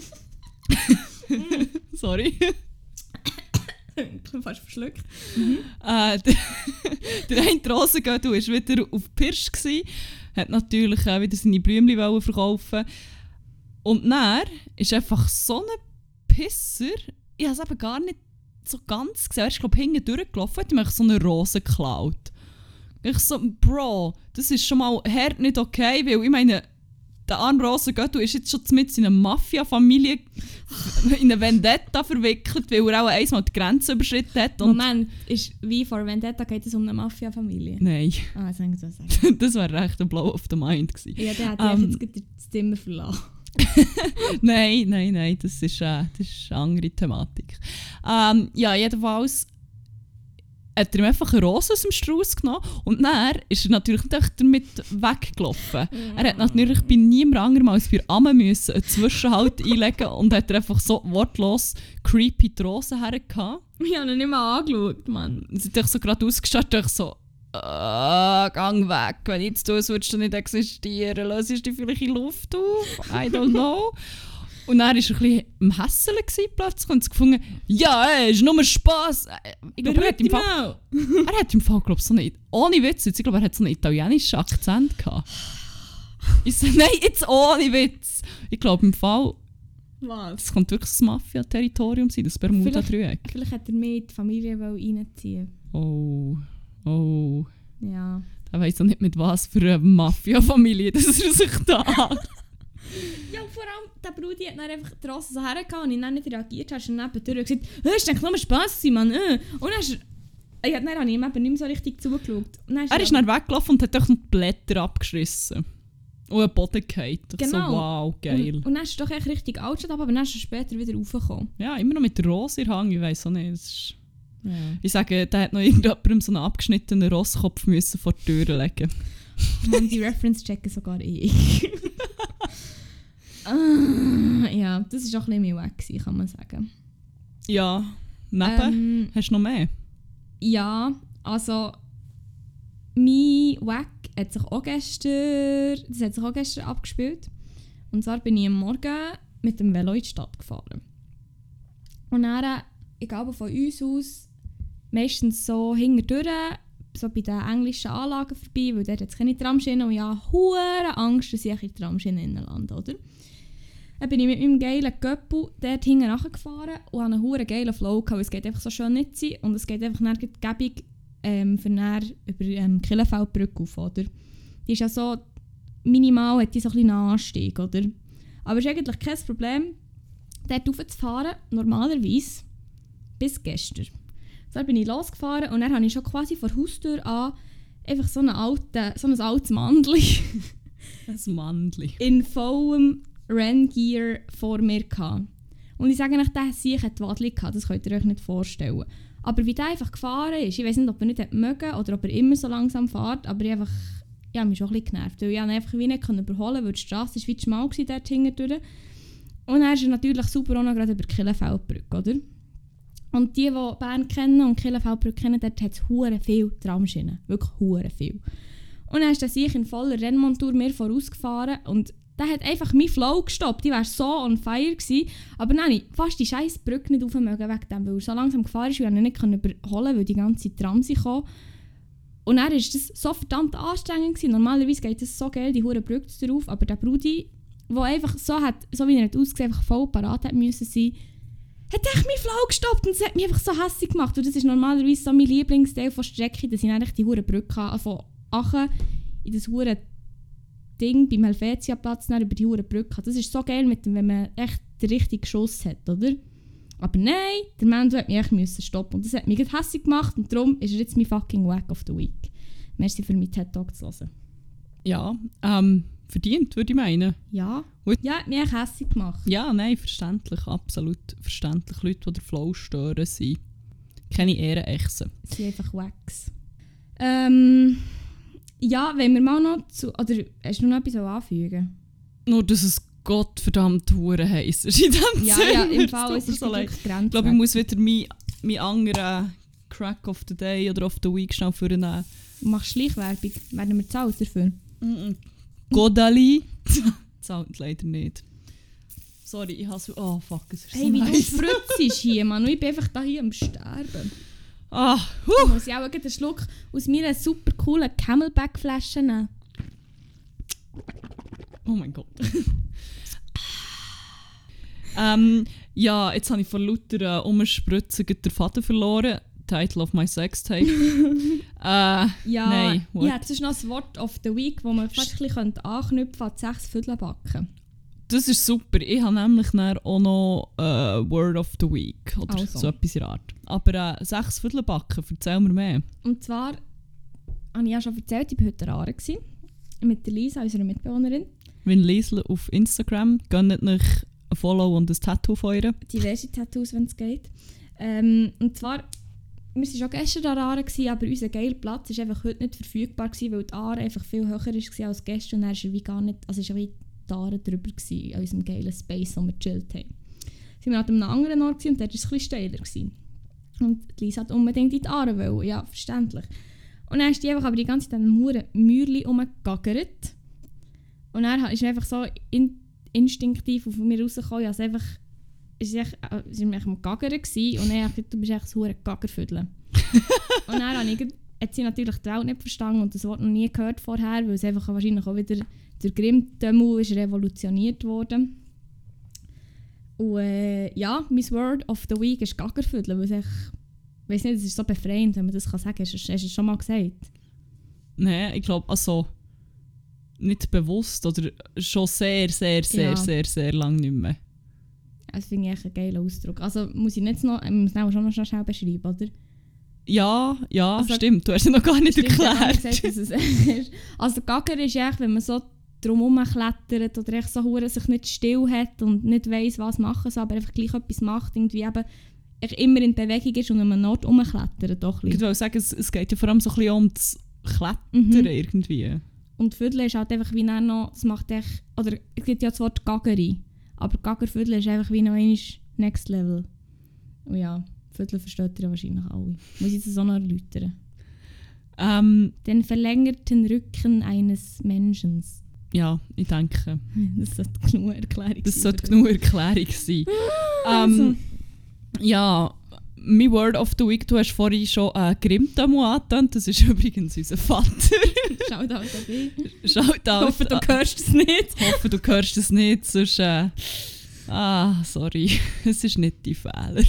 Sorry. Ich bin fast verschluckt. Äh, der, der eine Rosengödel war wieder auf Pirsch, gsi, hat natürlich auch wieder seine Blümchen wollen verkaufen. Und dann ist einfach so ein Pisser, ich habe es eben gar nicht so ganz gesehen, er ist glaube ich hinten durchgelaufen, hat ihm einfach so eine Rose geklaut. Ich so, Bro, das ist schon mal hart nicht okay, weil ich meine, der arme Rosengödel ist jetzt schon mit seiner Mafia-Familie in eine Vendetta verwickelt, weil er auch einmal die Grenze überschritten hat. Und Moment, ist wie vor Vendetta geht es um eine Mafia-Familie? nein, Ah, das kann ich so sagen. das wäre recht ein Blow of the Mind gewesen. Ja, der hat Ähm, jetzt gerade das Zimmer verlassen. Nein, nein, nein, das ist, äh, das ist eine andere Thematik. Ähm, ja, jedenfalls hat er ihm einfach eine Rose aus dem Strauß genommen und dann ist er natürlich nicht einfach damit weggelaufen. Er hat natürlich bei niemand anderem als bei Amme müssen einen Zwischenhalt einlegen und hat er einfach so wortlos creepy die Rose hergehabt. Ich habe ihn nicht mal angeschaut, Mann. Und sie hat sich so gerade ausgestattet und ich so, äh, gang weg, wenn ich jetzt tue, würdest du nicht existieren, löst dich vielleicht in Luft auf, I don't know. Und dann war er ein bisschen am Hässeln plötzlich und hat gefunden, ja, ey, ist nur Spass. Ich glaube, er hat im Fall, er hat im Fall, glaube ich, so einen, ohne Witz, jetzt, ich glaube, er hat so einen italienischen Akzent gehabt. Ich so, nein, jetzt ohne Witz. Ich glaube, im Fall, Was? das könnte wirklich das Mafia-Territorium sein, das Bermuda-Dreieck. Vielleicht hat er mehr die Familie reinziehen. Oh, oh. Ja. Ich weiss auch nicht, mit was für einer Mafia-Familie das er sich da hat. Ja, und vor allem, der Brudi hat dann einfach draussen so hergehauen und ich dann nicht reagiert habe, und nebendurch gesagt, «Hä, ist denn nur Spass, Mann?» äh. Und dann, ist, er, ja, dann habe ich ihm eben nicht mehr so richtig zugeschaut. Und dann ist Er ist dann weggelaufen und hat doch noch die Blätter abgeschissen. Und einen Boden gefallen. Genau. So, wow, geil. Und, und dann ist er doch echt richtig alt, aber dann ist er später wieder raufgekommen. Ja, immer noch mit der Rose in der Hand, ich weiss auch nicht. Das ist Ja. ich sage, da hat noch irgendjemandem so einen abgeschnittenen Rosskopf müssen vor die Tür legen. Und die Reference checken sogar ich. ah, ja, das war auch ein bisschen mehr weg, kann man sagen. Ja, neben, Ähm, hast du noch mehr? Ja, also mein Wack hat sich auch gestern, das hat sich auch gestern abgespielt. Und zwar bin ich am Morgen mit dem Velo in die Stadt gefahren. Und dann, ich glaube von uns aus, meistens so hinterdurch, so bei den englischen Anlagen vorbei, weil dort hat es keine Tramschienen und ich habe hure Angst, dass ich in die Tramschienen lande, oder? Dann bin ich mit meinem geilen Göppel dort hinten nachgefahren und hatte einen hure geilen Flow gehabt, weil es geht einfach so schön nicht sein und es geht einfach dann gäbig ähm, für dann über ähm, die Killenfeldbrücke auf, oder? Die ist ja so, minimal hat die so ein bisschen einen Anstieg, oder? Aber es ist eigentlich kein Problem, dort raufzufahren, normalerweise, bis gestern. So bin ich losgefahren und dann habe ich schon quasi vor der Haustür an einfach so, eine alte, so ein altes Mandli Ein Mandli. in vollem Renngear vor mir gehabt. Und ich sage euch, der Sieg hat die Wadli gehabt, das könnt ihr euch nicht vorstellen. Aber wie der einfach gefahren ist, ich weiß nicht, ob er nicht mögen oder ob er immer so langsam fährt, aber ich, einfach, ich habe mich schon ein bisschen genervt, weil ich ihn einfach wie nicht überholen konnte, weil die Straße war wie schmal dort hintendurch. Und dann ist er natürlich super auch noch gerade über die Killenfeldbrücke, oder? Und die, die Bern kennen und Killenfeldbrücke kennen, dort hat es hure viel Tramschienen. Wirklich hure viel. Und dann ist er sich in voller Rennmontur mir vorausgefahren und der hat einfach meinen Flow gestoppt. Ich war so on fire gewesen. Aber dann konnte ich fast die scheiß Brücke nicht raufmögen wegen dem, weil er so langsam gefahren ist, weil ich ihn nicht überholen konnte, weil die ganze Trams kam. Und dann war das so verdammt anstrengend gewesen. Normalerweise geht es so geil, die hure Brücke drauf, aber der Brudi, der einfach so hat, so wie er hat ausgesehen, einfach voll parat hat müssen sein, hat echt meinen Flow gestoppt und es hat mich einfach so hässlich gemacht. Und das ist normalerweise so mein Lieblingsteil von Strecke, dass ich dann die hure Brücke habe, von Aachen in das hure Ding beim Helvetia-Platz über die hure Brücke. Das ist so geil, mit dem, wenn man echt den richtigen Schuss hat, oder? Aber nein, der Mensch hat mich echt müssen stoppen und das hat mich hässlich gemacht und darum ist er jetzt mein fucking Wack of the Week. Merci für meinen TED-Talk zu hören. Ja, ähm, verdient, würde ich meinen. Ja, Gut. ja, hat mich echt hässlich gemacht. Ja, nein, verständlich, absolut verständlich. Leute, die den Flow stören, sind keine Ehrenechsen. Sie sind einfach Wacks. Ähm, ja, wenn wir mal noch zu... Oder hast du noch etwas anfügen? Nur, dass es gottverdammt hure heiß ist in diesem Ja, Zimmer. ja, im Es Fall tut es mir ist so leid. wirklich Ich glaube, ich grenzwertig. muss wieder meinen mein anderen Crack of the Day oder of the Week schnell vornehmen. Du machst Schleichwerbung. Werden wir zahlt dafür? Mm-mm. Godali. Zahlt leider nicht. Sorry, ich hasse... Oh fuck, es ist Hey, so wie du heiß. spritzt hier, Mann. Und ich bin einfach da hier am Sterben. Ah, Da huh. muss ich auch einen Schluck aus meiner super coolen Camelback-Flasche nehmen. Oh mein Gott. ähm, ja, jetzt habe ich vor lauter uh, Umspritzen den Faden verloren. Title of my sex tape. äh, Ja, Nein, what? ich habe sonst noch das Wort of the Week, das man fast ein bisschen anknüpfen könnte an die sechs Viertelbacken. Das ist super. Ich habe nämlich dann auch noch äh, Word of the Week. Oder Also. so etwas in der Art. Aber äh, sechs Viertelbacken, erzähl mir mehr. Und zwar, habe ich ja schon erzählt, ich war heute Rare gewesen, mit der Lisa, unserer Mitbewohnerin. Wenn Liesl auf Instagram, gönnt euch ein Follow und ein Tattoo von ihr. Diverse Tattoos, wenn es geht. Ähm, und zwar, wir waren schon gestern an Aare, gewesen, aber unser geiler Platz war einfach heute nicht verfügbar, gewesen, weil die Aare einfach viel höher war als gestern. Und dann war er wie gar nicht, also ist er wie die Aare drüber gewesen, an unserem geilen Space, wo wir gechillt haben. Sind wir an einem anderen Ort gewesen, und dort war es ein bisschen steiler gewesen. Und die Lisa hat unbedingt in die Aare wollen, ja, verständlich. Und dann ist die einfach aber die ganze Zeit an einem Huren Mäuerchen rumgegaggert. Und dann ist er einfach so in, instinktiv auf mir rausgekommen. Also einfach, es war echt, äh, es war echt am Gaggern gewesen, und dann habe ich gesagt, du bist echt so ein Gaggerfüdel. Und dann habe ich, hat sie natürlich die Welt nicht verstanden und das Wort noch nie gehört vorher, weil es einfach wahrscheinlich auch wieder der Grimm-Demo ist revolutioniert worden. Und äh, ja, mein Word of the Week ist Gaggerfüdel, weil es echt, ich weiss nicht, es ist so befreiend, wenn man das kann sagen kann. Hast du es schon mal gesagt? Nein, ich glaube, also nicht bewusst oder schon sehr, sehr, sehr, Ja. sehr, sehr lange nicht mehr. Das finde ich echt einen geilen Ausdruck. Also muss ich nicht noch, ich muss ihn schon noch schnell beschreiben, oder? Ja, ja, Also, stimmt. Du hast es noch gar nicht Stimmt, ja, erklärt. ich habe gesagt, dass es ist. Also Gagger ist echt, wenn man so drumherum klettert oder echt so hure sich nicht still hat und nicht weiss, was machen soll, aber einfach gleich etwas macht, irgendwie eben echt immer in Bewegung ist und an einem Ort rumklettert. Doch ein Ich bisschen. wollte sagen, es, es geht ja vor allem so ein bisschen um das Klettern Mhm. irgendwie. Und Viertel ist halt einfach wie dann noch, das macht echt, oder es gibt ja das Wort Gaggeri, aber Gaggerviertel ist einfach wie noch einmal Next Level. Und ja, Viertel versteht ihr ja wahrscheinlich alle. Muss ich das auch noch erläutern? Ähm, Den verlängerten Rücken eines Menschen. ja, ich denke, Das sollte genug Erklärung das sein sollte für genug Erklärung sein. Also. ähm, ja, mein Word of the Week, du hast vorhin schon äh, Grimm-Demo angetan. Das ist übrigens unser Vater. Schaut auch an dich. Schaut Ich auf. hoffe, du hörst es nicht. Ich hoffe, du hörst es nicht, sonst... Äh, ah, sorry. Es ist nicht dein Fehler.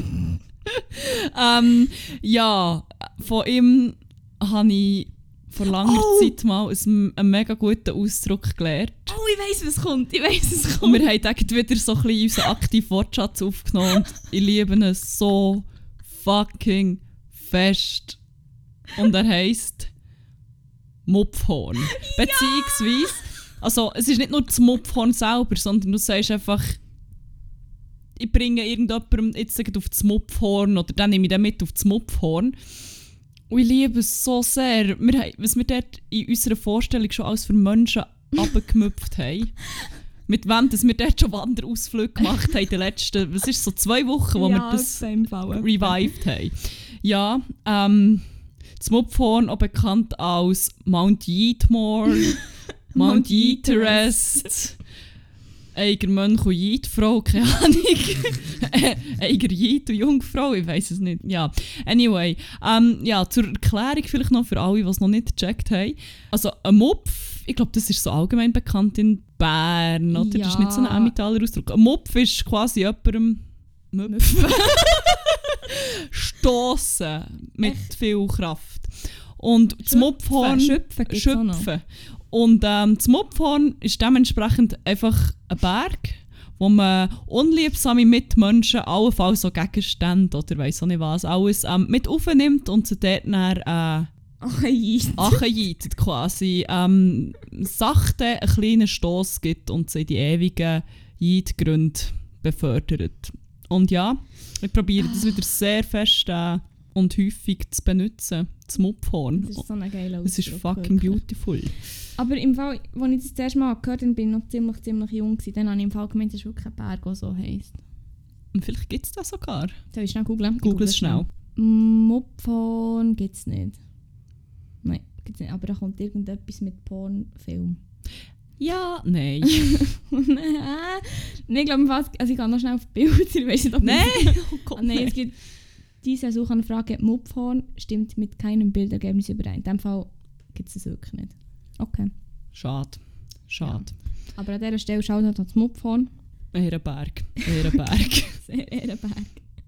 ähm, ja, von ihm habe ich vor langer Oh! Zeit mal einen, einen mega guten Ausdruck gelernt. Oh, ich weiss, was kommt. Ich weiss, was Und kommt. wir haben direkt wieder so ein bisschen unseren aktiven Wortschatz aufgenommen. Und ich liebe ihn so fucking fest. Und er heisst Mupfhorn. Beziehungsweise, also es ist nicht nur das Mupfhorn selber, sondern du sagst einfach, ich bringe irgendjemandem jetzt gleich auf das Mupfhorn oder dann nehme ich den mit auf das Mupfhorn. Und ich liebe es so sehr. Wir haben, was wir dort in unserer Vorstellung schon als für Menschen runtergemüpft haben. Mit wem dass wir dort schon Wanderausflüge gemacht haben in den letzten, was ist so zwei Wochen, wo wir das revived haben. Ja, ähm, das Mupfhorn, auch bekannt als Mount Yeatmore, Mount Yeaterest, Eiger Mönch und Yeatfrau, keine Ahnung. Eiger Yeat und Jungfrau, ich weiß es nicht. Ja, anyway, ähm, ja, zur Erklärung vielleicht noch für alle, die es noch nicht gecheckt haben. Also ein Mupf, ich glaube, das ist so allgemein bekannt in Bern, oder? Das ist nicht so ein Ja. Emmentaler Ausdruck. Ein Mupf ist quasi jemandem Müpfen. Stossen mit Echt? viel Kraft. Und das Mupfhorn... Schöpfen gibt's auch noch. Schöpfen. Und ähm, das Mupfhorn ist dementsprechend einfach ein Berg, wo man unliebsame Mitmenschen, allenfalls so Gegenstände oder weiss auch nicht was, alles ähm, mit aufnimmt und sie dort dann äh, Ach, Yeat. anjeitet quasi. Ähm, sachte einen kleinen Stoss gibt und sie die ewigen Jeitgründe befördert. Und ja, ich probiere das wieder sehr fest äh, und häufig zu benutzen, das Mupfhorn. Das ist so ein geiler Ausdruck. Es ist fucking wirklich. beautiful. Aber im Fall, als ich das zuerst mal gehört habe, bin ich noch ziemlich, ziemlich jung gewesen. Dann habe ich im Fall gemeint, es ist wirklich ein Berg, der so heisst. Und vielleicht gibt es das sogar. Soll ich schnell googlen? Ich Google es schnell. Mupfhorn gibt es nicht. Nein, gibt's nicht. Aber da kommt irgendetwas mit Pornfilm. Ja, nein. Nein, ich glaube fast, also ich gehe noch schnell auf die Bilder, ich weiss nicht, ob Nein! ich- Oh Gott, Ah, nein, es gibt diese Suchanfrage Mupfhorn stimmt mit keinem Bildergebnis überein. In dem Fall gibt es das wirklich nicht. Okay. Schade. Schade. Aber an dieser Stelle schaut halt das Mupfhorn. Ehrenberg. Ehrenberg. Sehr Ehrenberg.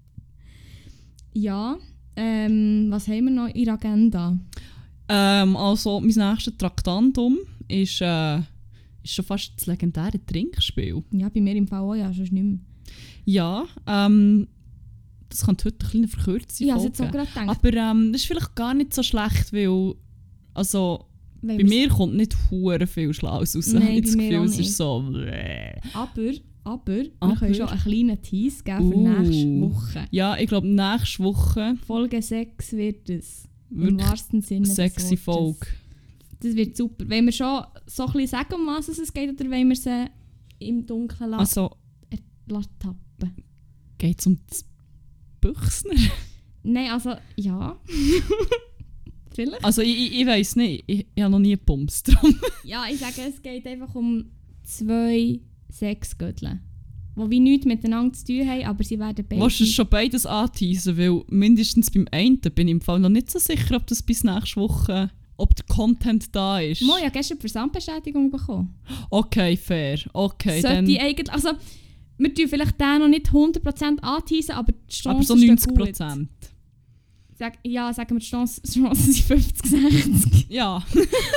Ja, ähm, was haben wir noch in der Agenda? ähm, also, mein nächstes Traktandum ist, äh, ist schon fast das legendäre Trinkspiel. Ja, bei mir im V auch, ja, sonst nicht mehr. Ja, ähm, das könnte heute eine kleine Verkürzung Ich habe es jetzt auch folgen. gerade gedacht. Aber ähm, das ist vielleicht gar nicht so schlecht, weil also, Weil bei wir's- mir kommt nicht hure viel Schlaues raus. Nein, Ich habe das bei mir Gefühl, auch es ist nicht. so... bläh. Aber, aber, Aber? wir können schon einen kleinen Tease geben für Uh. nächste Woche. Ja, ich glaube, nächste Woche Folge sechs wird es. Im wirklich wahrsten Sinne des sexy Wortes. Folge. Das wird super. Wollen wir schon so ein bisschen sagen, um was es geht, oder wollen wir sie im Dunkeln lassen, Also, lassen tappen? geht es um das Büchsner? Nein, also, ja. Vielleicht. Also, ich, ich, ich weiss nicht. Ich, ich habe noch nie gepumpt drum. Ja, ich sage, es geht einfach um zwei Sexgötteln. Die wie nichts miteinander zu tun haben, aber sie werden beide... Willst du schon beides anteasen? Weil mindestens beim einen bin ich im Fall noch nicht so sicher, ob das bis nächste Woche, ob der Content da ist. Mo, ich habe gestern die Versandbestätigung bekommen. Okay, fair. Okay, Sollte dann... ich eigentlich... Also, wir tun vielleicht den noch nicht hundert Prozent anteasen, aber die Chance Aber so ist neunzig gut. Prozent. Sag, ja, sagen wir, die Chance, die Chance sind fünfzig sechzig. Ja.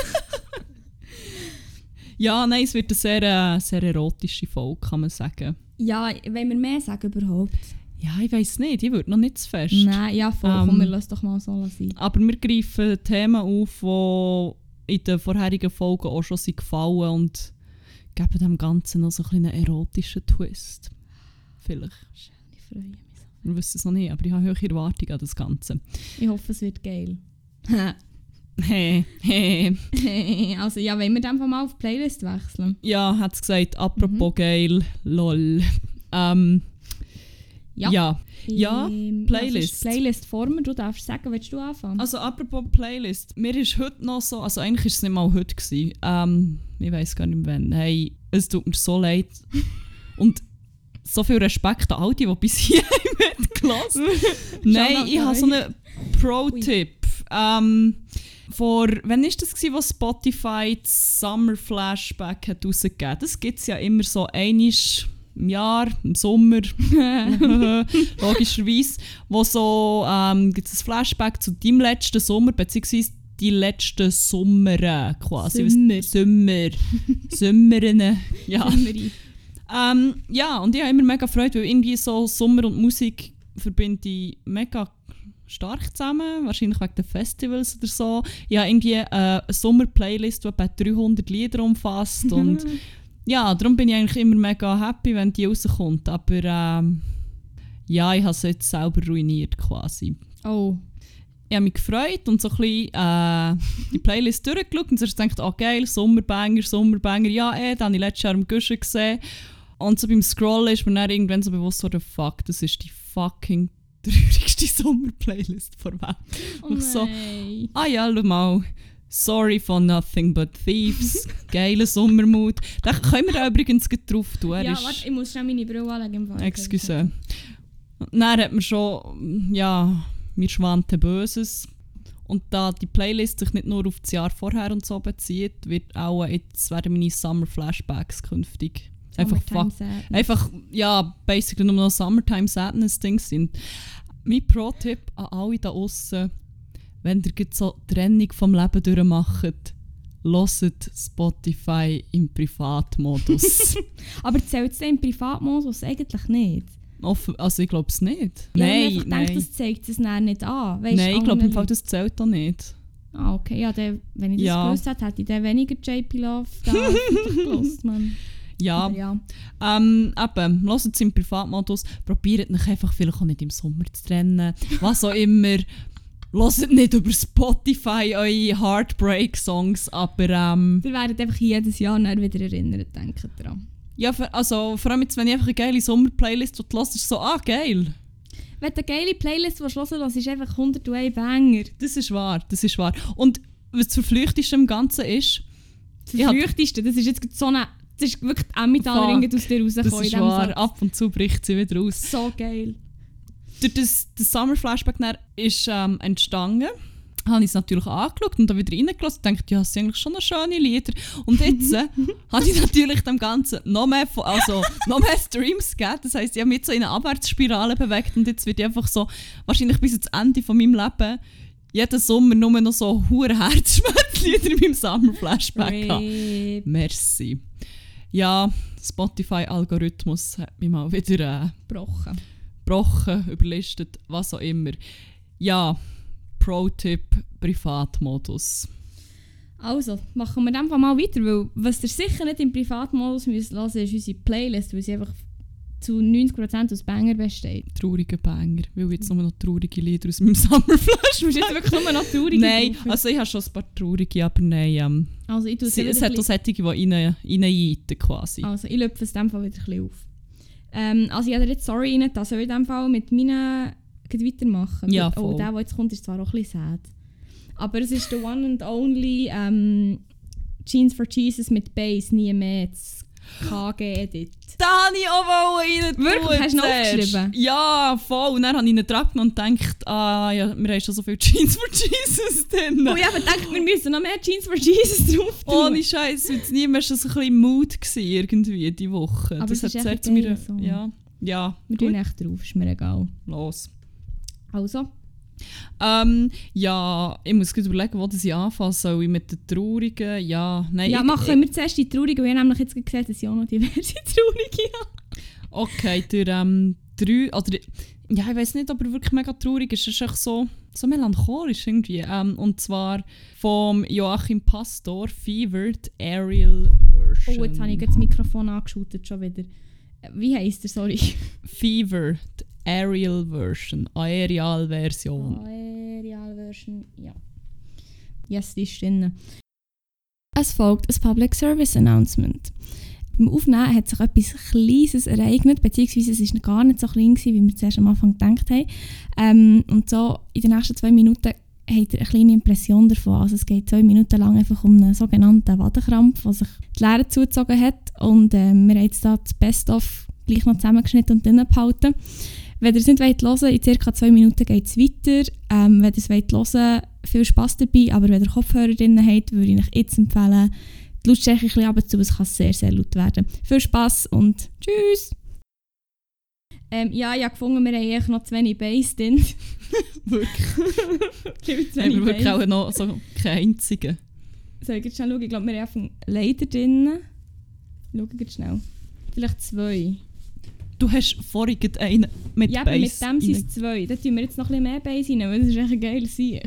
Ja, nein, es wird eine sehr, äh, sehr erotische Folge, kann man sagen. Ja, wollen wir mehr sagen überhaupt? Ja, ich weiss nicht, ich würde noch nicht zu fest. Nein, ja, voll. Ähm, Komm, wir lassen doch mal so sein. Aber wir greifen Themen auf, die in den vorherigen Folgen auch schon sind gefallen und geben dem Ganzen noch so einen kleinen erotischen Twist. Vielleicht. Schön, ich freue mich so. Wir wissen es noch nicht, aber ich habe hohe Erwartungen an das Ganze. Ich hoffe, es wird geil. Hey, hey. Also ja, wollen wir dann mal auf die Playlist wechseln? Ja, hat es gesagt, apropos Mhm. geil, lol. Ähm, Ja. ja. Ja, Ähm, Playlist. Was ist Playlist vor mir? Du darfst sagen, willst du anfangen? Also apropos Playlist, mir ist heute noch so, also eigentlich war es nicht mal heute gewesen, ähm, ich weiss gar nicht mehr wann, hey, es tut mir so leid und so viel Respekt an all die, die bis hierhin mitgelassen haben. Nein, ich habe so einen Pro-Tipp. Ähm, vor, wann war das, gewesen, wo Spotify das Summer Flashback hat rausgegeben hat? Das gibt es ja immer so einmal im Jahr, im Sommer, logischerweise, wo so ähm, gibt es ein Flashback zu deinem letzten Sommer, beziehungsweise die letzten Sommer quasi. Sommer. Sommer. Sommerinnen. Ja. Sommeri. Ähm, ja, und ich habe immer mega Freude, weil irgendwie so Sommer und Musik verbinde ich mega stark zusammen, wahrscheinlich wegen den Festivals oder so. Ich habe irgendwie äh, eine Sommer-Playlist, die etwa dreihundert Lieder umfasst und ja, darum bin ich eigentlich immer mega happy, wenn die rauskommt, aber ähm, ja, ich habe es jetzt selber ruiniert quasi. Oh. Ich habe mich gefreut und so ein bisschen äh, die Playlist durchgeschaut und zuerst gedacht, ah geil, Sommerbanger, Sommerbanger, ja eh, den habe ich letztes Jahr im Guschen gesehen. Und so beim Scrollen ist mir dann irgendwann so bewusst worden, fuck, das ist die fucking traurigste Sommer-Playlist der Welt. Oh Und ich so, nein. ah ja, schau mal, Sorry for Nothing But Thieves, geiler Sommermut. Da können wir da übrigens gleich drauf tun. Er Ja, ist- warte, ich muss schnell meine Brille anlegen. Im Fall. Excuse. Dann hat man schon, ja, mir schwante Böses. Und da die Playlist sich nicht nur auf das Jahr vorher und so bezieht, wird auch jetzt werden meine Summer Flashbacks künftig. Einfach, Summertime fuck, Sadness. einfach, ja, basically nur noch Summertime Sadness Dings sind. Mein Pro-Tipp an alle da aussen, wenn ihr gerade so die Trennung vom Leben durchmacht, hört Spotify im Privatmodus. Aber zählt es im Privatmodus eigentlich nicht? Offen, also ich glaube es nicht. Ja, nein, ich nein. denke, das zeigt es dann nicht an. Weißt, Nein, ich glaube im anderen Fall, das zählt auch nicht. Leuten- Ah, okay. Ja, der, wenn ich das Ja. gewusst hätte, hätte ich dann weniger J P Love da gehört, Mann. Ja, Aber ja. ähm, eben, hört es im Privatmodus, probiert euch einfach vielleicht auch nicht im Sommer zu trennen, was auch immer. Hört nicht über Spotify eure Heartbreak-Songs, aber ähm, Ihr werdet einfach jedes Jahr dann wieder erinnert, denkt dran. ja, für, also, vor allem jetzt, wenn ich einfach eine geile Sommer-Playlist hörst, ist so, ah, geil. Wenn du eine geile Playlist hören willst, das ist einfach hundertundeins Banger. Das ist wahr, das ist wahr. Und was das Verflüchteste am Ganzen ist, Das Ich hab- Verflüchteste, das ist jetzt gerade so eine... Das ist wirklich die Emmentaler Fuck, aus dir das rausgekommen. ist in dem wahr, Satz. ab und zu bricht sie wieder aus. So geil. Durch das, das Summer Flashback dann ist ähm, entstanden, habe ich es natürlich angeschaut und dann wieder reingelassen und gedacht, ja, es sind eigentlich schon noch schöne Lieder. Und jetzt äh, habe ich natürlich dem Ganzen noch mehr, von- also, noch mehr Streams gegeben. Das heisst, ich habe mich so in eine Abwärtsspirale bewegt und jetzt wird ich einfach so, wahrscheinlich bis ans Ende von meinem Leben, jeden Sommer nur noch so hure Herzschmerzlieder in meinem Summer Flashback haben. Rip. Merci. Ja, Spotify-Algorithmus hat mich mal wieder äh, Gebrochen. gebrochen, überlistet, was auch immer. Ja, Pro-Tipp, Privatmodus. Also, machen wir einfach mal weiter, weil was ihr sicher nicht im Privatmodus müsst hören, ist unsere Playlist, weil sie einfach zu neunzig Prozent aus Banger besteht. Traurige Banger, weil jetzt nur noch traurige Lieder aus meinem Summerflash. Du musst jetzt wirklich nur noch traurig Nein, also ich habe schon ein paar traurige, aber nein, ähm, Also ich tue es sie, wieder es ein hat auch bisschen- solche, die rein, reinjeiten quasi. Also ich löpfe es in dem Fall wieder ein bisschen auf. Ähm, also ich habe dir jetzt «Sorry» rein, da soll ich in dem Fall mit meinen gleich weitermachen. Ja, Oh, voll. der, der jetzt kommt, ist zwar auch ein bisschen sad. Aber es ist der one and only ähm, «Jeans for Jesus» mit Bass, «Nie mehr». Das K G-Edit. Da wollte ich auch rein tun. Wirklich? Hast du noch zuerst. aufgeschrieben? Ja, voll. Und dann habe ich ihn getragen und gedacht, ah ja, wir haben schon so viele Jeans for Jesus drin. Oh ja, aber denkt, wir müssen noch mehr Jeans for Jesus drauf tun. Ohne Scheiß, jetzt nie mehr schon so ein bisschen Mood gewesen, irgendwie diese Woche. Aber das es ist sehr echt zu mir. geil so. Ja, ja. Wir tun echt drauf, ist mir egal. Los. Also? Ähm, ja, ich muss gerade überlegen, wo das ich anfangen soll. Ich mit den Traurigen, ja. Nein, Ja, ich, machen wir zuerst die Traurigen, weil ich habe nämlich jetzt gesehen, dass ich auch noch diverse Traurige habe. Okay, der ähm, drei, oder ja, ich weiß nicht, ob er wirklich mega traurig ist. Es ist echt so, so melancholisch irgendwie. Ähm, und zwar vom Joachim Pastor, Fever, die Aerial Version. Oh, jetzt habe ich das Mikrofon angeschaltet schon wieder. Wie heisst der, sorry? Fever, die Aerial Version, Aerial Version. Aerial Version, ja. Yes, die ist drin. Es folgt ein Public Service Announcement. Beim Aufnehmen hat sich etwas Kleines ereignet, beziehungsweise es war gar nicht so klein, wie wir zuerst am Anfang gedacht haben. Ähm, und so in den nächsten zwei Minuten habt ihr eine kleine Impression davon. Also es geht zwei Minuten lang einfach um einen sogenannten Wadenkrampf, der sich die Lehre zugezogen hat. Und äh, wir haben jetzt da das Best-of gleich noch zusammengeschnitten und drinnen behalten. Wenn ihr es nicht hören wollt, in circa zwei Minuten geht es weiter. Ähm, wenn ihr es hören wollt, viel Spass dabei. Aber wenn ihr Kopfhörer drin habt, würde ich euch jetzt empfehlen, die Lautstärke ein bisschen runterzu, es kann sehr, sehr laut werden. Viel Spass und tschüss! Ähm, ja, ich habe gefunden, wir haben eigentlich noch zu wenig Bass drin. Wirklich? Haben wir wirklich auch noch so keinen einzigen. Soll ich jetzt schnell schauen? Ich glaube, wir haben einfach Leiter drin. Schau jetzt schnell. Vielleicht zwei. Du hast vorhin einen mit ja, Bass. Ja, mit dem sind es zwei. Da tun wir jetzt noch ein bisschen mehr Bass rein, weil das ist echt ein geiler Sieg.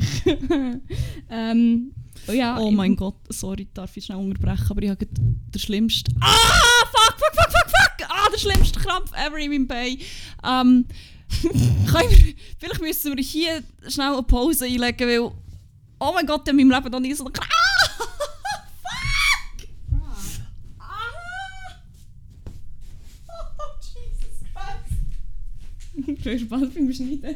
ähm, oh ja, oh mein Gott, sorry, darf ich schnell unterbrechen, aber ich habe den schlimmsten... Ah, fuck, fuck, fuck, fuck, fuck! Ah, der schlimmste Krampf ever in meinem Bein. Ähm, wir, vielleicht müssen wir hier schnell eine Pause einlegen, weil... Oh mein Gott, in meinem Leben noch nie so... Ah! Viel Spaß beim Schneiden.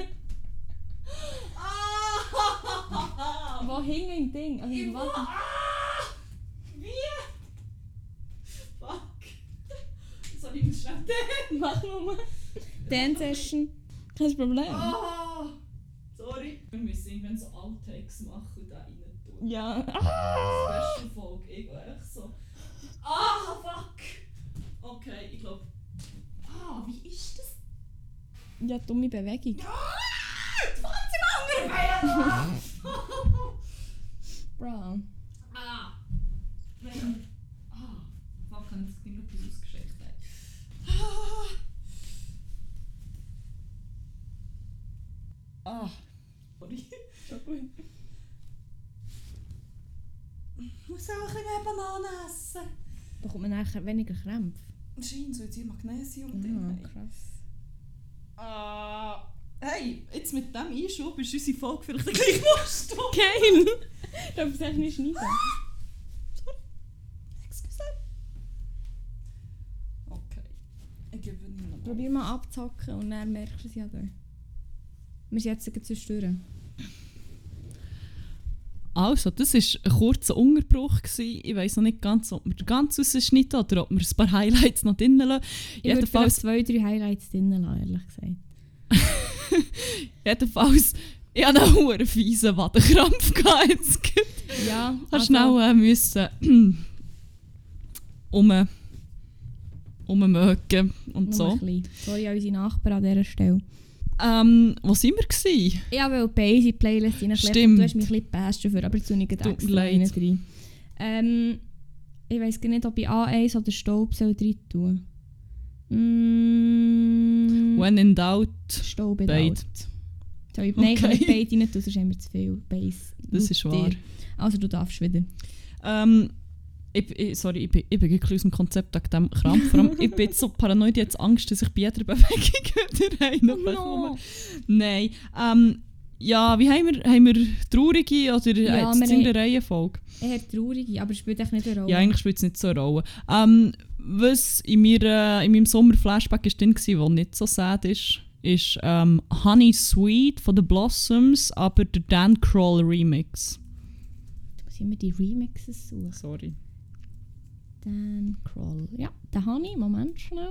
Wo hing ein Ding? Also im Waden. Ah! Wie? Fuck. Sorry, ich muss schnell den. Mach nochmal. Dance-Session. Kein Problem. Ah! Sorry. Wir müssen irgendwann so Outtakes machen und da rein tun. Ja. Special-Folge, ich echt so. Ah, fuck! Okay, ich glaube... Ah, wie ist das? Ja, dumme Bewegung. Ah! Das Bein! Bra. Ah! Nein. Ah! Fuck, kann ich das Ding etwas ausgeschickt haben? Ah! Ah! Sorry. Schon gut. Ich muss auch ein bisschen mehr Bananen essen. Bekommt man nachher weniger Krämpfe? Scheint so jetzt hier Magnesium Ja, drin. krass. Ah! Hey, jetzt mit diesem Einschub ist unsere Folge vielleicht gleich lustig. Geil! Darf ich es echt nicht schneiden? Sorry. Excuse. Okay. Ich gebe ihn nochmal. Probier mal abzocken und dann merkst du es ja da. Wir sind jetzt gleich zerstören. Also, das war ein kurzer Unterbruch. Ich weiss noch nicht ganz, ob wir den ganz rausschneiden oder ob wir ein paar Highlights noch drinnen lassen. Ich würde Jedenfalls, zwei, drei Highlights drinnen lassen, ehrlich gesagt. jedenfalls, ich hatte einen hohen fiesen Wadenkrampf jetzt. Ja, Ich musste schnell äh, müssen, um, ummögen und nur so. ein bisschen. Sorry an unsere Nachbarn an dieser Stelle. Ähm, wo waren wir gewesen? Ich wollte Base Playlist reinlegen. Stimmt. Du hast mich ein bisschen gepasst dafür, aber jetzt tue ich Tut mir extra leid. rein. Ähm, ich weiss gar nicht, ob ich A eins oder Staub soll rein tun. Mm, When in doubt, Staub in beide. Doubt. Soll ich, nein, ich kann Okay. nicht beide rein tun, sonst haben wir zu viel Bass. Das Laut ist wahr. dir. Also du darfst wieder. Ähm, ich, ich, sorry, ich bin, ich bin ein bisschen aus dem Konzept wegen diesem Krampf. Vor allem, ich bin jetzt so paranoid, jetzt Angst, dass ich bei jeder Bewegung wieder reinbekomme. No. Nein. Ähm, ja, wie haben wir, haben wir traurige oder Ja, äh, wir in der Reihenfolge? Eher traurige, aber es spielt echt nicht eine Rolle. Ja, eigentlich spielt es nicht so eine Rolle. Ähm, was in, mir, äh, in meinem Sommer-Flashback ist drin war, was nicht so sad ist, ist ähm, Honey Sweet von The Blossoms, aber der Dan Kroll Remix. Du musst immer die Remixes suchen. Sorry. Dan Kroll. Ja, den habe ich. Moment schnell.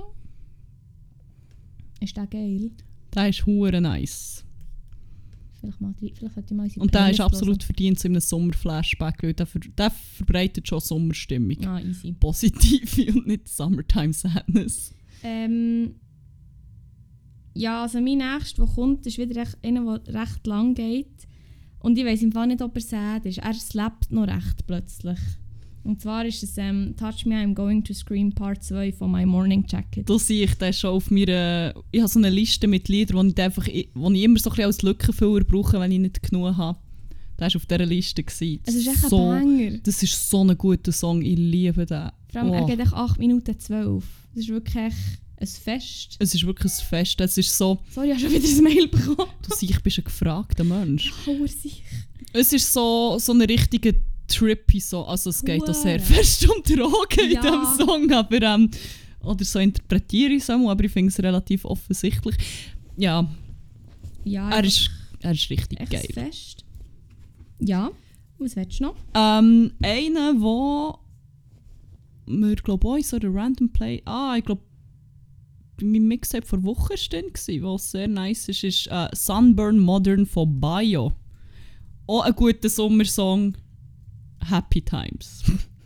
Ist der geil? Der ist hure nice. Vielleicht, mal, vielleicht sollte ich mal unsere Und der ist Playlist absolut verdient so in einem Sommerflashback, weil der, ver der verbreitet schon Sommerstimmung. hören. Ah, easy. Positive und nicht Summertime Sadness. Ähm, ja, also mein nächster, der kommt, ist wieder recht, einer, der recht lang geht. Und ich weiss im Fall nicht, ob er sad ist. Er slappt noch recht plötzlich. Und zwar ist es ähm, «Touch Me, I'm Going to Scream» Part zwei von «My Morning Jacket». Da sehe ich den schon auf meiner... Ich habe so eine Liste mit Liedern, die ich, einfach, die ich immer so ein bisschen als Lückenfüller brauche, wenn ich nicht genug habe. Der war auf dieser Liste. Gewesen. Es ist echt so, ein Banger. Das ist so ein guter Song, ich liebe den. Vor allem, oh. er geht echt acht Minuten zwölf. Das ist wirklich ein Fest. Es ist wirklich ein Fest. Es ist so... Sorry, ich habe schon wieder ein Mail bekommen. Du siehst, ich bin ein gefragter Mensch. Hauer sich. Es ist so, so eine richtige trippy so, also es geht Hure. auch sehr fest um Drogen Ja. in diesem Song, aber ähm, oder so interpretiere ich es auch, aber ich finde es relativ offensichtlich. Ja, Ja, er ist, er ist richtig echt geil. ein Fest. Ja, was willst du noch? Ähm, einer, wo wir glaube auch in so einer Random Play, ah, ich glaube bei meinem Mixtape vor Wochen war drin, was sehr nice ist, ist äh, Sunburn Modern von Bio. Auch ein guter Sommersong. Happy Times.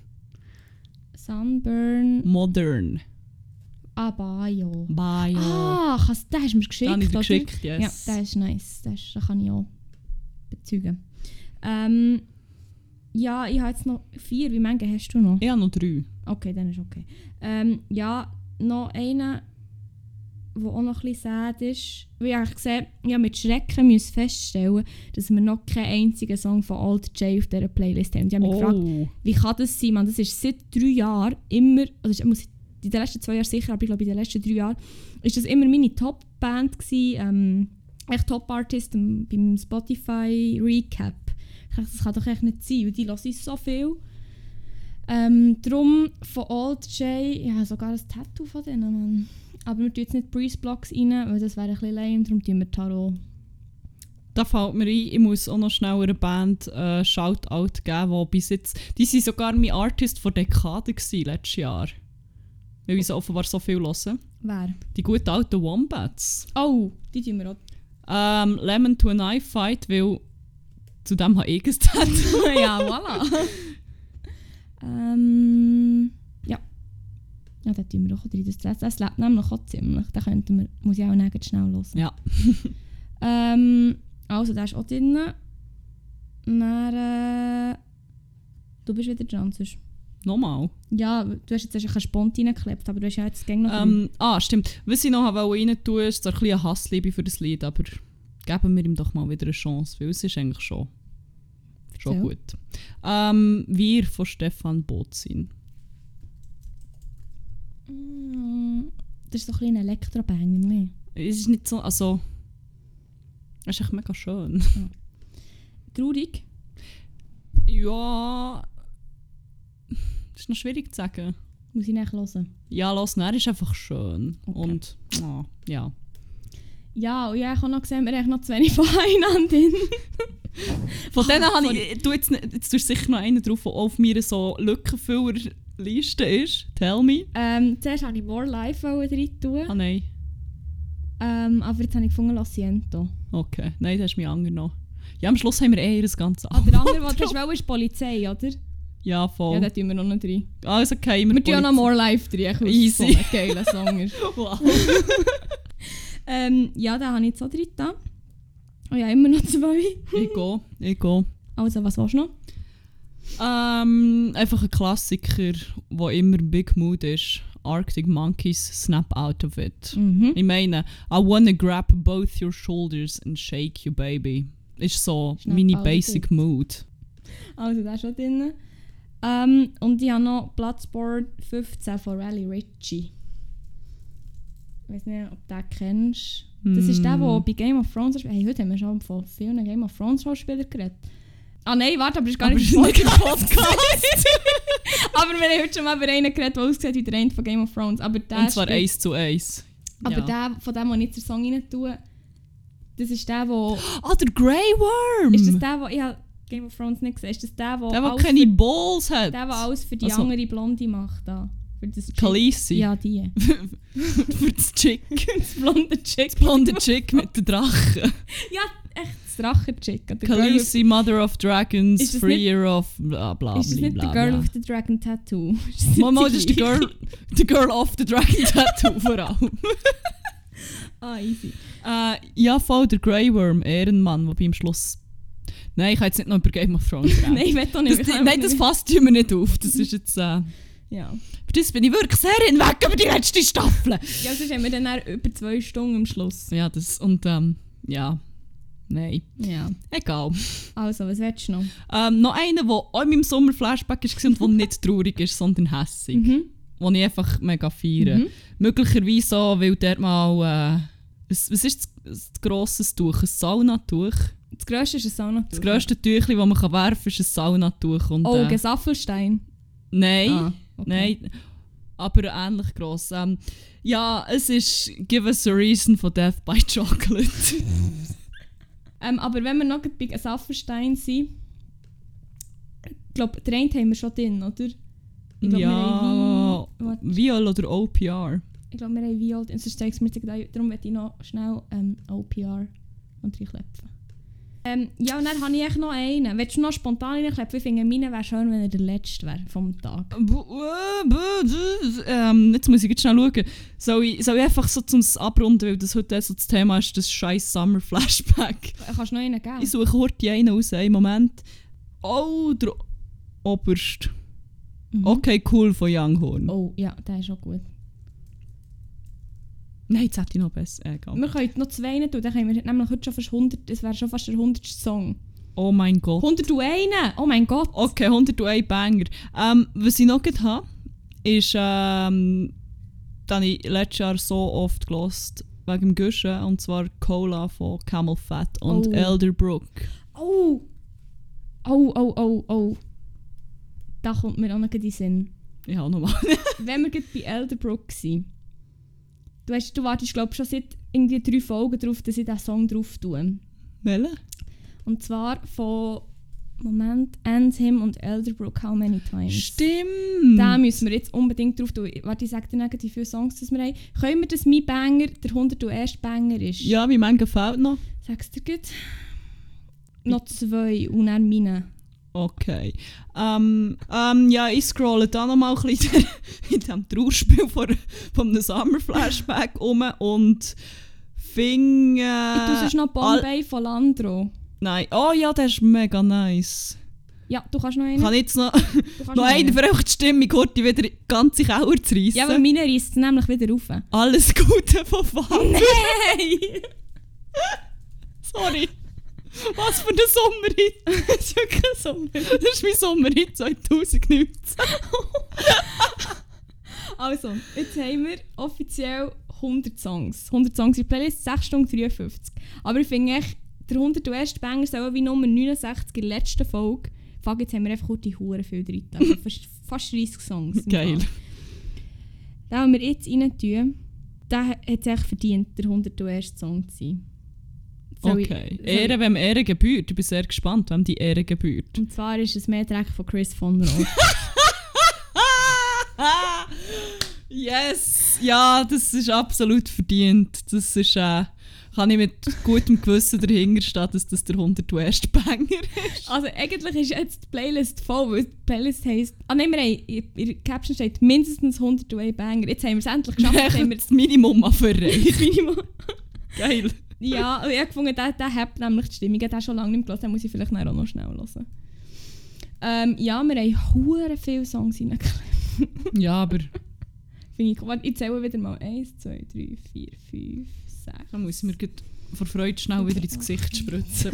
Sunburn. Modern. Ah, Bio. Bio. Ah, kannst, den hast du mir geschickt, Den habe ich dir oder? geschickt, yes. Ja, der ist nice. Der ist, den kann ich auch bezeugen. Ähm, ja, ich habe jetzt noch vier. Wie viele hast du noch? Ich habe noch drei. Okay, dann ist okay. Ähm, ja, noch einer, der auch noch ein bisschen sad ist. Weil ich gesehen ja, mit Schrecken muss feststellen, dass wir noch keinen einzigen Song von Old J auf dieser Playlist haben. Und ich habe mich Oh. gefragt, wie kann das sein? Man, das ist seit drei Jahren immer, also ich muss in den letzten zwei Jahren sicher, aber ich glaube in den letzten drei Jahren, ist das immer meine Top-Band gewesen, ähm, echt Top-Artist beim Spotify Recap. Ich dachte, das kann doch echt nicht sein, weil die hören so viel. Ähm, darum von Old J, ich habe sogar ein Tattoo von denen, Mann. Aber wir tun jetzt nicht Breeze Blocks rein, weil das wäre ein bisschen lame, darum tun wir Tarot. Da fällt mir ein, ich muss auch noch schnell einer Band äh, Shoutout geben, die bis jetzt, die waren sogar mein Artist vor Dekaden gewesen, letztes Jahr. Weil wir so offenbar so viel hören. Wer? Die guten alten Wombats. Oh, die tun wir auch. Ähm, Lemon to a Knife Fight, weil zu dem habe ich ein Tattoo. Ja, voilà. ähm, ja. Ja, da tun wir auch rein. Das, das, das lebt nämlich auch ziemlich. Da könnten wir, muss ich auch nicht schnell hören. Ja. ähm, also, der ist auch drin. Dann, äh, du bist wieder dran, sonst. Nochmal. Ja, du hast jetzt erst einen Spont reingeklebt, aber du hast ja jetzt gegen noch Ähm, ah, stimmt. Was ich noch rein tun ist so ein bisschen eine Hassliebe für das Lied, aber geben wir ihm doch mal wieder eine Chance, weil es ist eigentlich schon, schon Erzähl. gut. Ähm, Wir von Stefan Botzin. Mm, das ist so ein bisschen ein Elektrobanger, ne? Es ist nicht so, also... Es ist echt mega schön. Traurig? Ja... Das ist noch schwierig zu sagen. Muss ich nicht hören. Ja, lass, er ist einfach schön. Okay. Und, oh, ja. Ja, und ja, ich habe noch gesehen, wir haben noch zu wenig von einander drin. Von denen Ah, habe ich... Du jetzt, nicht- jetzt tust du sicher noch einen drauf, der auf meiner so Lückenfüller-Liste ist. Tell me. Ähm, zuerst wollte ich «More Life» drin tun. Ah nein. Ähm, aber jetzt habe ich gefunden «Lo Siento». Okay, nein, das ist mein anderer noch. Ja, am Schluss haben wir eher das ganze Ah, der andere, den Album du hast drauf. wollen, ist «Polizei», oder? Ja, voll. Ja, den tun wir noch nicht rein. Also okay, wir Wir tun auch noch «More Life» drin, weil es Easy. so ein geiler Song ist. Wow. ähm, ja, den habe ich jetzt auch drin. Oh ja, immer noch zwei. Ich gehe, ich gehe. Also, was willst du noch? Ähm, einfach ein Klassiker, der immer Big Mood ist. Arctic Monkeys, Snap Out of It. Mhm. Ich meine, I wanna grab both your shoulders and shake you, baby. Ist so Snap meine out of basic it. Mood. Also, der ist schon drin. Ähm, und ich habe noch Bloodsport fünfzehn von Rally Ritchie. Ich weiß nicht, ob du den kennst. Das ist der, der bei Game of Thrones... Hey, heute haben wir schon von vielen Game of Thrones Schauspielern geredet. Ah nein, warte, aber das ist gar Aber nicht ist nicht der ein Podcast. Aber wir haben heute schon mal über einen geredet, der aussieht wie der eine von Game of Thrones. Aber der Und zwar spielt- eins zu eins. Aber Ja. der, von dem, den ich den Song rein tue, das ist der, der... Ah, der Grey Worm! Ist das der, wo ich, hab- Game of Thrones nicht gesehen? Ist das der, der, Der, der alles keine für, Balls hat. der, der alles für die Also- andere Blonde macht? Da. Für das Chick. Khaleesi. Ja, die. Für das Chick. das blonde Chick. Das blonde Chick mit den Drachen. Ja, echt das Drachen-Chick. Der Girl Khaleesi, Mother of Dragons, Ist das Freer of bla bla with- Ist das nicht bla, the Girl bla. with the Dragon Tattoo? Ist das nicht Mama, die das ist die gleiche? Girl, die Girl of the Dragon Tattoo vor allem. Ah, easy. Äh, ja, voll der Grey Worm, Ehrenmann, der beim Schluss... Nein, ich kann jetzt nicht noch über Game of Thrones reden. Nein, ich will doch nicht. das, ich kann nein, das nicht. fasst mir nicht auf. Das ist jetzt... Äh, Ja. für das bin ich wirklich sehr hinweg über die letzte Staffel. Ja, sonst haben wir dann eher über zwei Stunden am Schluss. Ja, das... Und ähm, ja... Nein. Ja. Egal. Also, was willst du noch? Ähm, noch einer, der auch in meinem Sommer-Flashback war und der nicht traurig ist, sondern hässig. Mhm. Den ich einfach mega feiere. Mhm. Möglicherweise auch, weil der mal... Äh, was, was ist das, das grosses Tuch? Ein Saunatuch? Das grösste ist ein Saunatuch. Das grösste Tüchli, das man kann werfen kann, ist ein Saunatuch. Und, Oh, äh, Gesaffelstein. nein, Ah, okay. nein, aber ähnlich gross. Ähm, ja, es ist «Give us a reason for death by chocolate». Ähm, aber wenn wir noch bei Gesaffelstein sind, ich glaube, den einen haben wir schon drin, oder? Ich glaub, ja, wir haben Vi- warte. Viol oder O P R. Ich glaube, wir haben Viol, sonst zeige ich es mir gleich. Darum möchte ich noch schnell ähm, O P R und reinklepfen. Ähm, ja, und dann habe ich echt noch einen. Willst du noch spontan reinklepfen? Ich finde, meine wäre schön, wenn er der letzte wäre vom Tag. Ähm, jetzt muss ich jetzt schnell schauen. Soll ich, soll ich einfach so zum Abrunden, weil das heute so das Thema ist, das scheiß Summer-Flashback. Kannst du noch einen geben? Ich suche kurz die einen raus, einen Moment. Oh, der Oberst. Mhm. Okay, cool von Younghorn. Oh, ja, der ist auch gut. Nein, jetzt hätte ich noch besser. Äh, egal. Wir können noch zwei rein tun, dann können wir nämlich heute schon fast hundert, das wäre schon fast der hundertste Song. Oh mein Gott. hunderteins! Oh mein Gott! Okay, hunderteins Banger. Ähm, was ich noch gerade habe, ist, ähm, den habe ich letztes Jahr so oft gelost wegen dem Guschen, und zwar Cola von Camel Fat und Oh. Elderbrook. Oh! Oh, oh, oh, oh. Da kommt mir auch noch in den Sinn. Ja, nochmal. Wenn wir gerade bei Elderbrook sind, du, hast, du wartest, glaube ich, schon seit irgendwie drei Folgen darauf, dass ich diesen Song drauf tue. Welche? Und zwar von Moment, Anthem und Elderbrook How Many Times. Stimmt! Da müssen wir jetzt unbedingt drauf tun. Warte, ich sage dir nicht, wie viele Songs das wir haben. Können wir, dass mein Banger der hunderterste Banger ist? Ja, wie manche fehlt noch? Sagst du dir gut? Noch zwei und dann meine. Okay. Ähm, ähm, ja, ich scrolle da noch mal ein bisschen in diesem Trauerspiel von, von einem Summer-Flashback um und finde... Ich tue sonst noch Bombay von Landro. Nein. Oh ja, der ist mega nice. Ja, du kannst noch einen. Kann ich jetzt noch, Du kannst noch einen für euch die Stimmung kurz wieder in die ganze Kauer zu reissen? Ja, aber meine reißt es nämlich wieder rauf. Alles Gute von Vater. Nein! Sorry. Was für ein Sommerhit. Das ist wirklich ein Sommer. Das ist mein Sommerhit zwanzig neunzehn. Also, jetzt haben wir offiziell hundert Songs. hundert Songs in der Playlist, sechs Stunden dreiundfünfzig. Aber ich finde echt, der hunderterste Banger soll wie Nummer neunundsechzig in der letzten Folge. Fuck, jetzt haben wir einfach kurz die Huren viel drin. Also fast, fast dreissig Songs. im Geil. Fall. Den, den wir jetzt rein tun, der hat es echt verdient, der hunderterste Song zu sein. Soll ich- Okay. soll- Ehre, wem Ehre gebührt. Ich bin sehr gespannt, wem die Ehre gebührt. Und zwar ist es mehr Dreck von Chris von Roth. Yes! Ja, das ist absolut verdient. Das ist, äh, kann ich mit gutem Gewissen dahinter stehen, dass das der hunderterste Banger ist. Also eigentlich ist jetzt die Playlist voll, weil die Playlist heisst... Ah nein, wir haben, in in der Caption steht mindestens hunderteins Banger. Jetzt haben wir es endlich geschafft. Jetzt haben wir das Minimum an erreicht. das Minimum. Geil. Ja, und ich habe gefunden, der, der hat nämlich die Stimmung. Ich habe den schon lange nicht mehr gehört, den muss ich vielleicht nachher auch noch schnell hören. Ähm, ja, wir haben hure viele Songs reingeklebt. Ja, aber Finde ich, warte, ich zähle wieder mal. eins, zwei, drei, vier, fünf, sechs. da muss ich mir grad vor Freude schnell wieder ins Gesicht spritzen.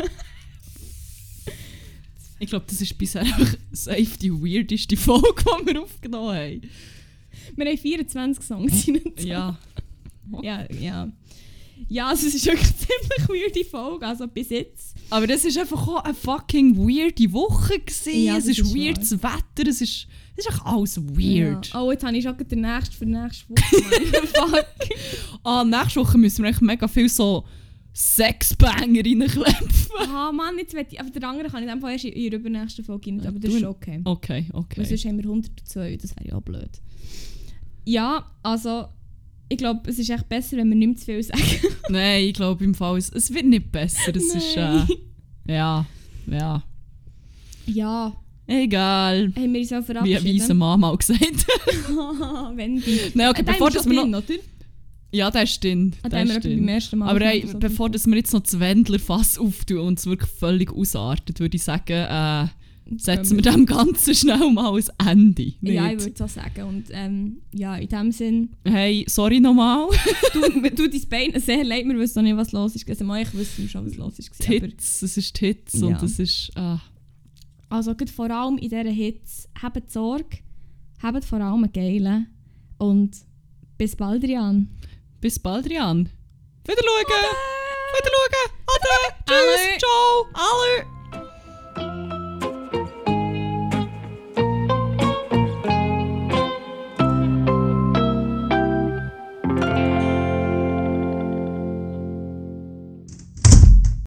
Ich glaube, das ist bisher einfach safe die weirdeste Folge, die wir aufgenommen haben. Wir haben vierundzwanzig Songs reingezählt. Ja. Ja, ja. Ja, also es ist wirklich eine ziemlich weirde Folge, also bis jetzt. Aber das war einfach auch eine fucking weirde Woche. Gewesen. Ja, es das ist ist weirdes Wetter, es ist, es ist einfach alles weird. Ja. Oh, jetzt habe ich schon den nächsten für nächste Woche. Fuck. Ah, nächste Woche müssen wir echt mega viel so Sexbanger reinklepfen. Ah Mann, jetzt will ich, aber der andere kann ich in dem Fall erst in der übernächsten Folge rein, aber das ist okay. Okay, okay. Weil sonst haben wir hundertzwei, das wäre ja auch blöd. Ja, also, ich glaube, es ist echt besser, wenn wir nicht mehr zu viel sagen. Nein, ich glaube im Fall, es, es wird nicht besser. Es ist, äh, ja, ja. Ja. Egal. Haben wir uns auch Wie verabschiedet? eine weise Mama auch gesagt. Wenn die. Nein, okay, Äh, bevor der das ist wir schon noch... drin, oder? Ja, das stimmt. Ah, Das den haben wir stimmt. beim ersten Mal Aber hey, gemacht, so bevor drauf. dass wir jetzt noch das Wendlerfass auftun und es wirklich völlig ausartet, würde ich sagen, äh, setzen wir dem Ganzen schnell mal ein Ende. Nicht? Ja, ich würde es auch sagen. Und ähm, ja, in dem Sinn, Hey, sorry nochmal. tut mir tut dein Bein sehr leid, wir wissen noch nicht, was los ist. Also, ich wüsste schon, was los ist. Die Hits, es ist die Hits Ja. und es ist... Äh, Also gut, vor allem in dieser Hitze, habt Sorge, habt vor allem einen geilen und bis bald, Rian. bis bald, Rian. Wieder schauen! Wieder schauen! Ade! Alle. Tschüss! Ciao! Alle!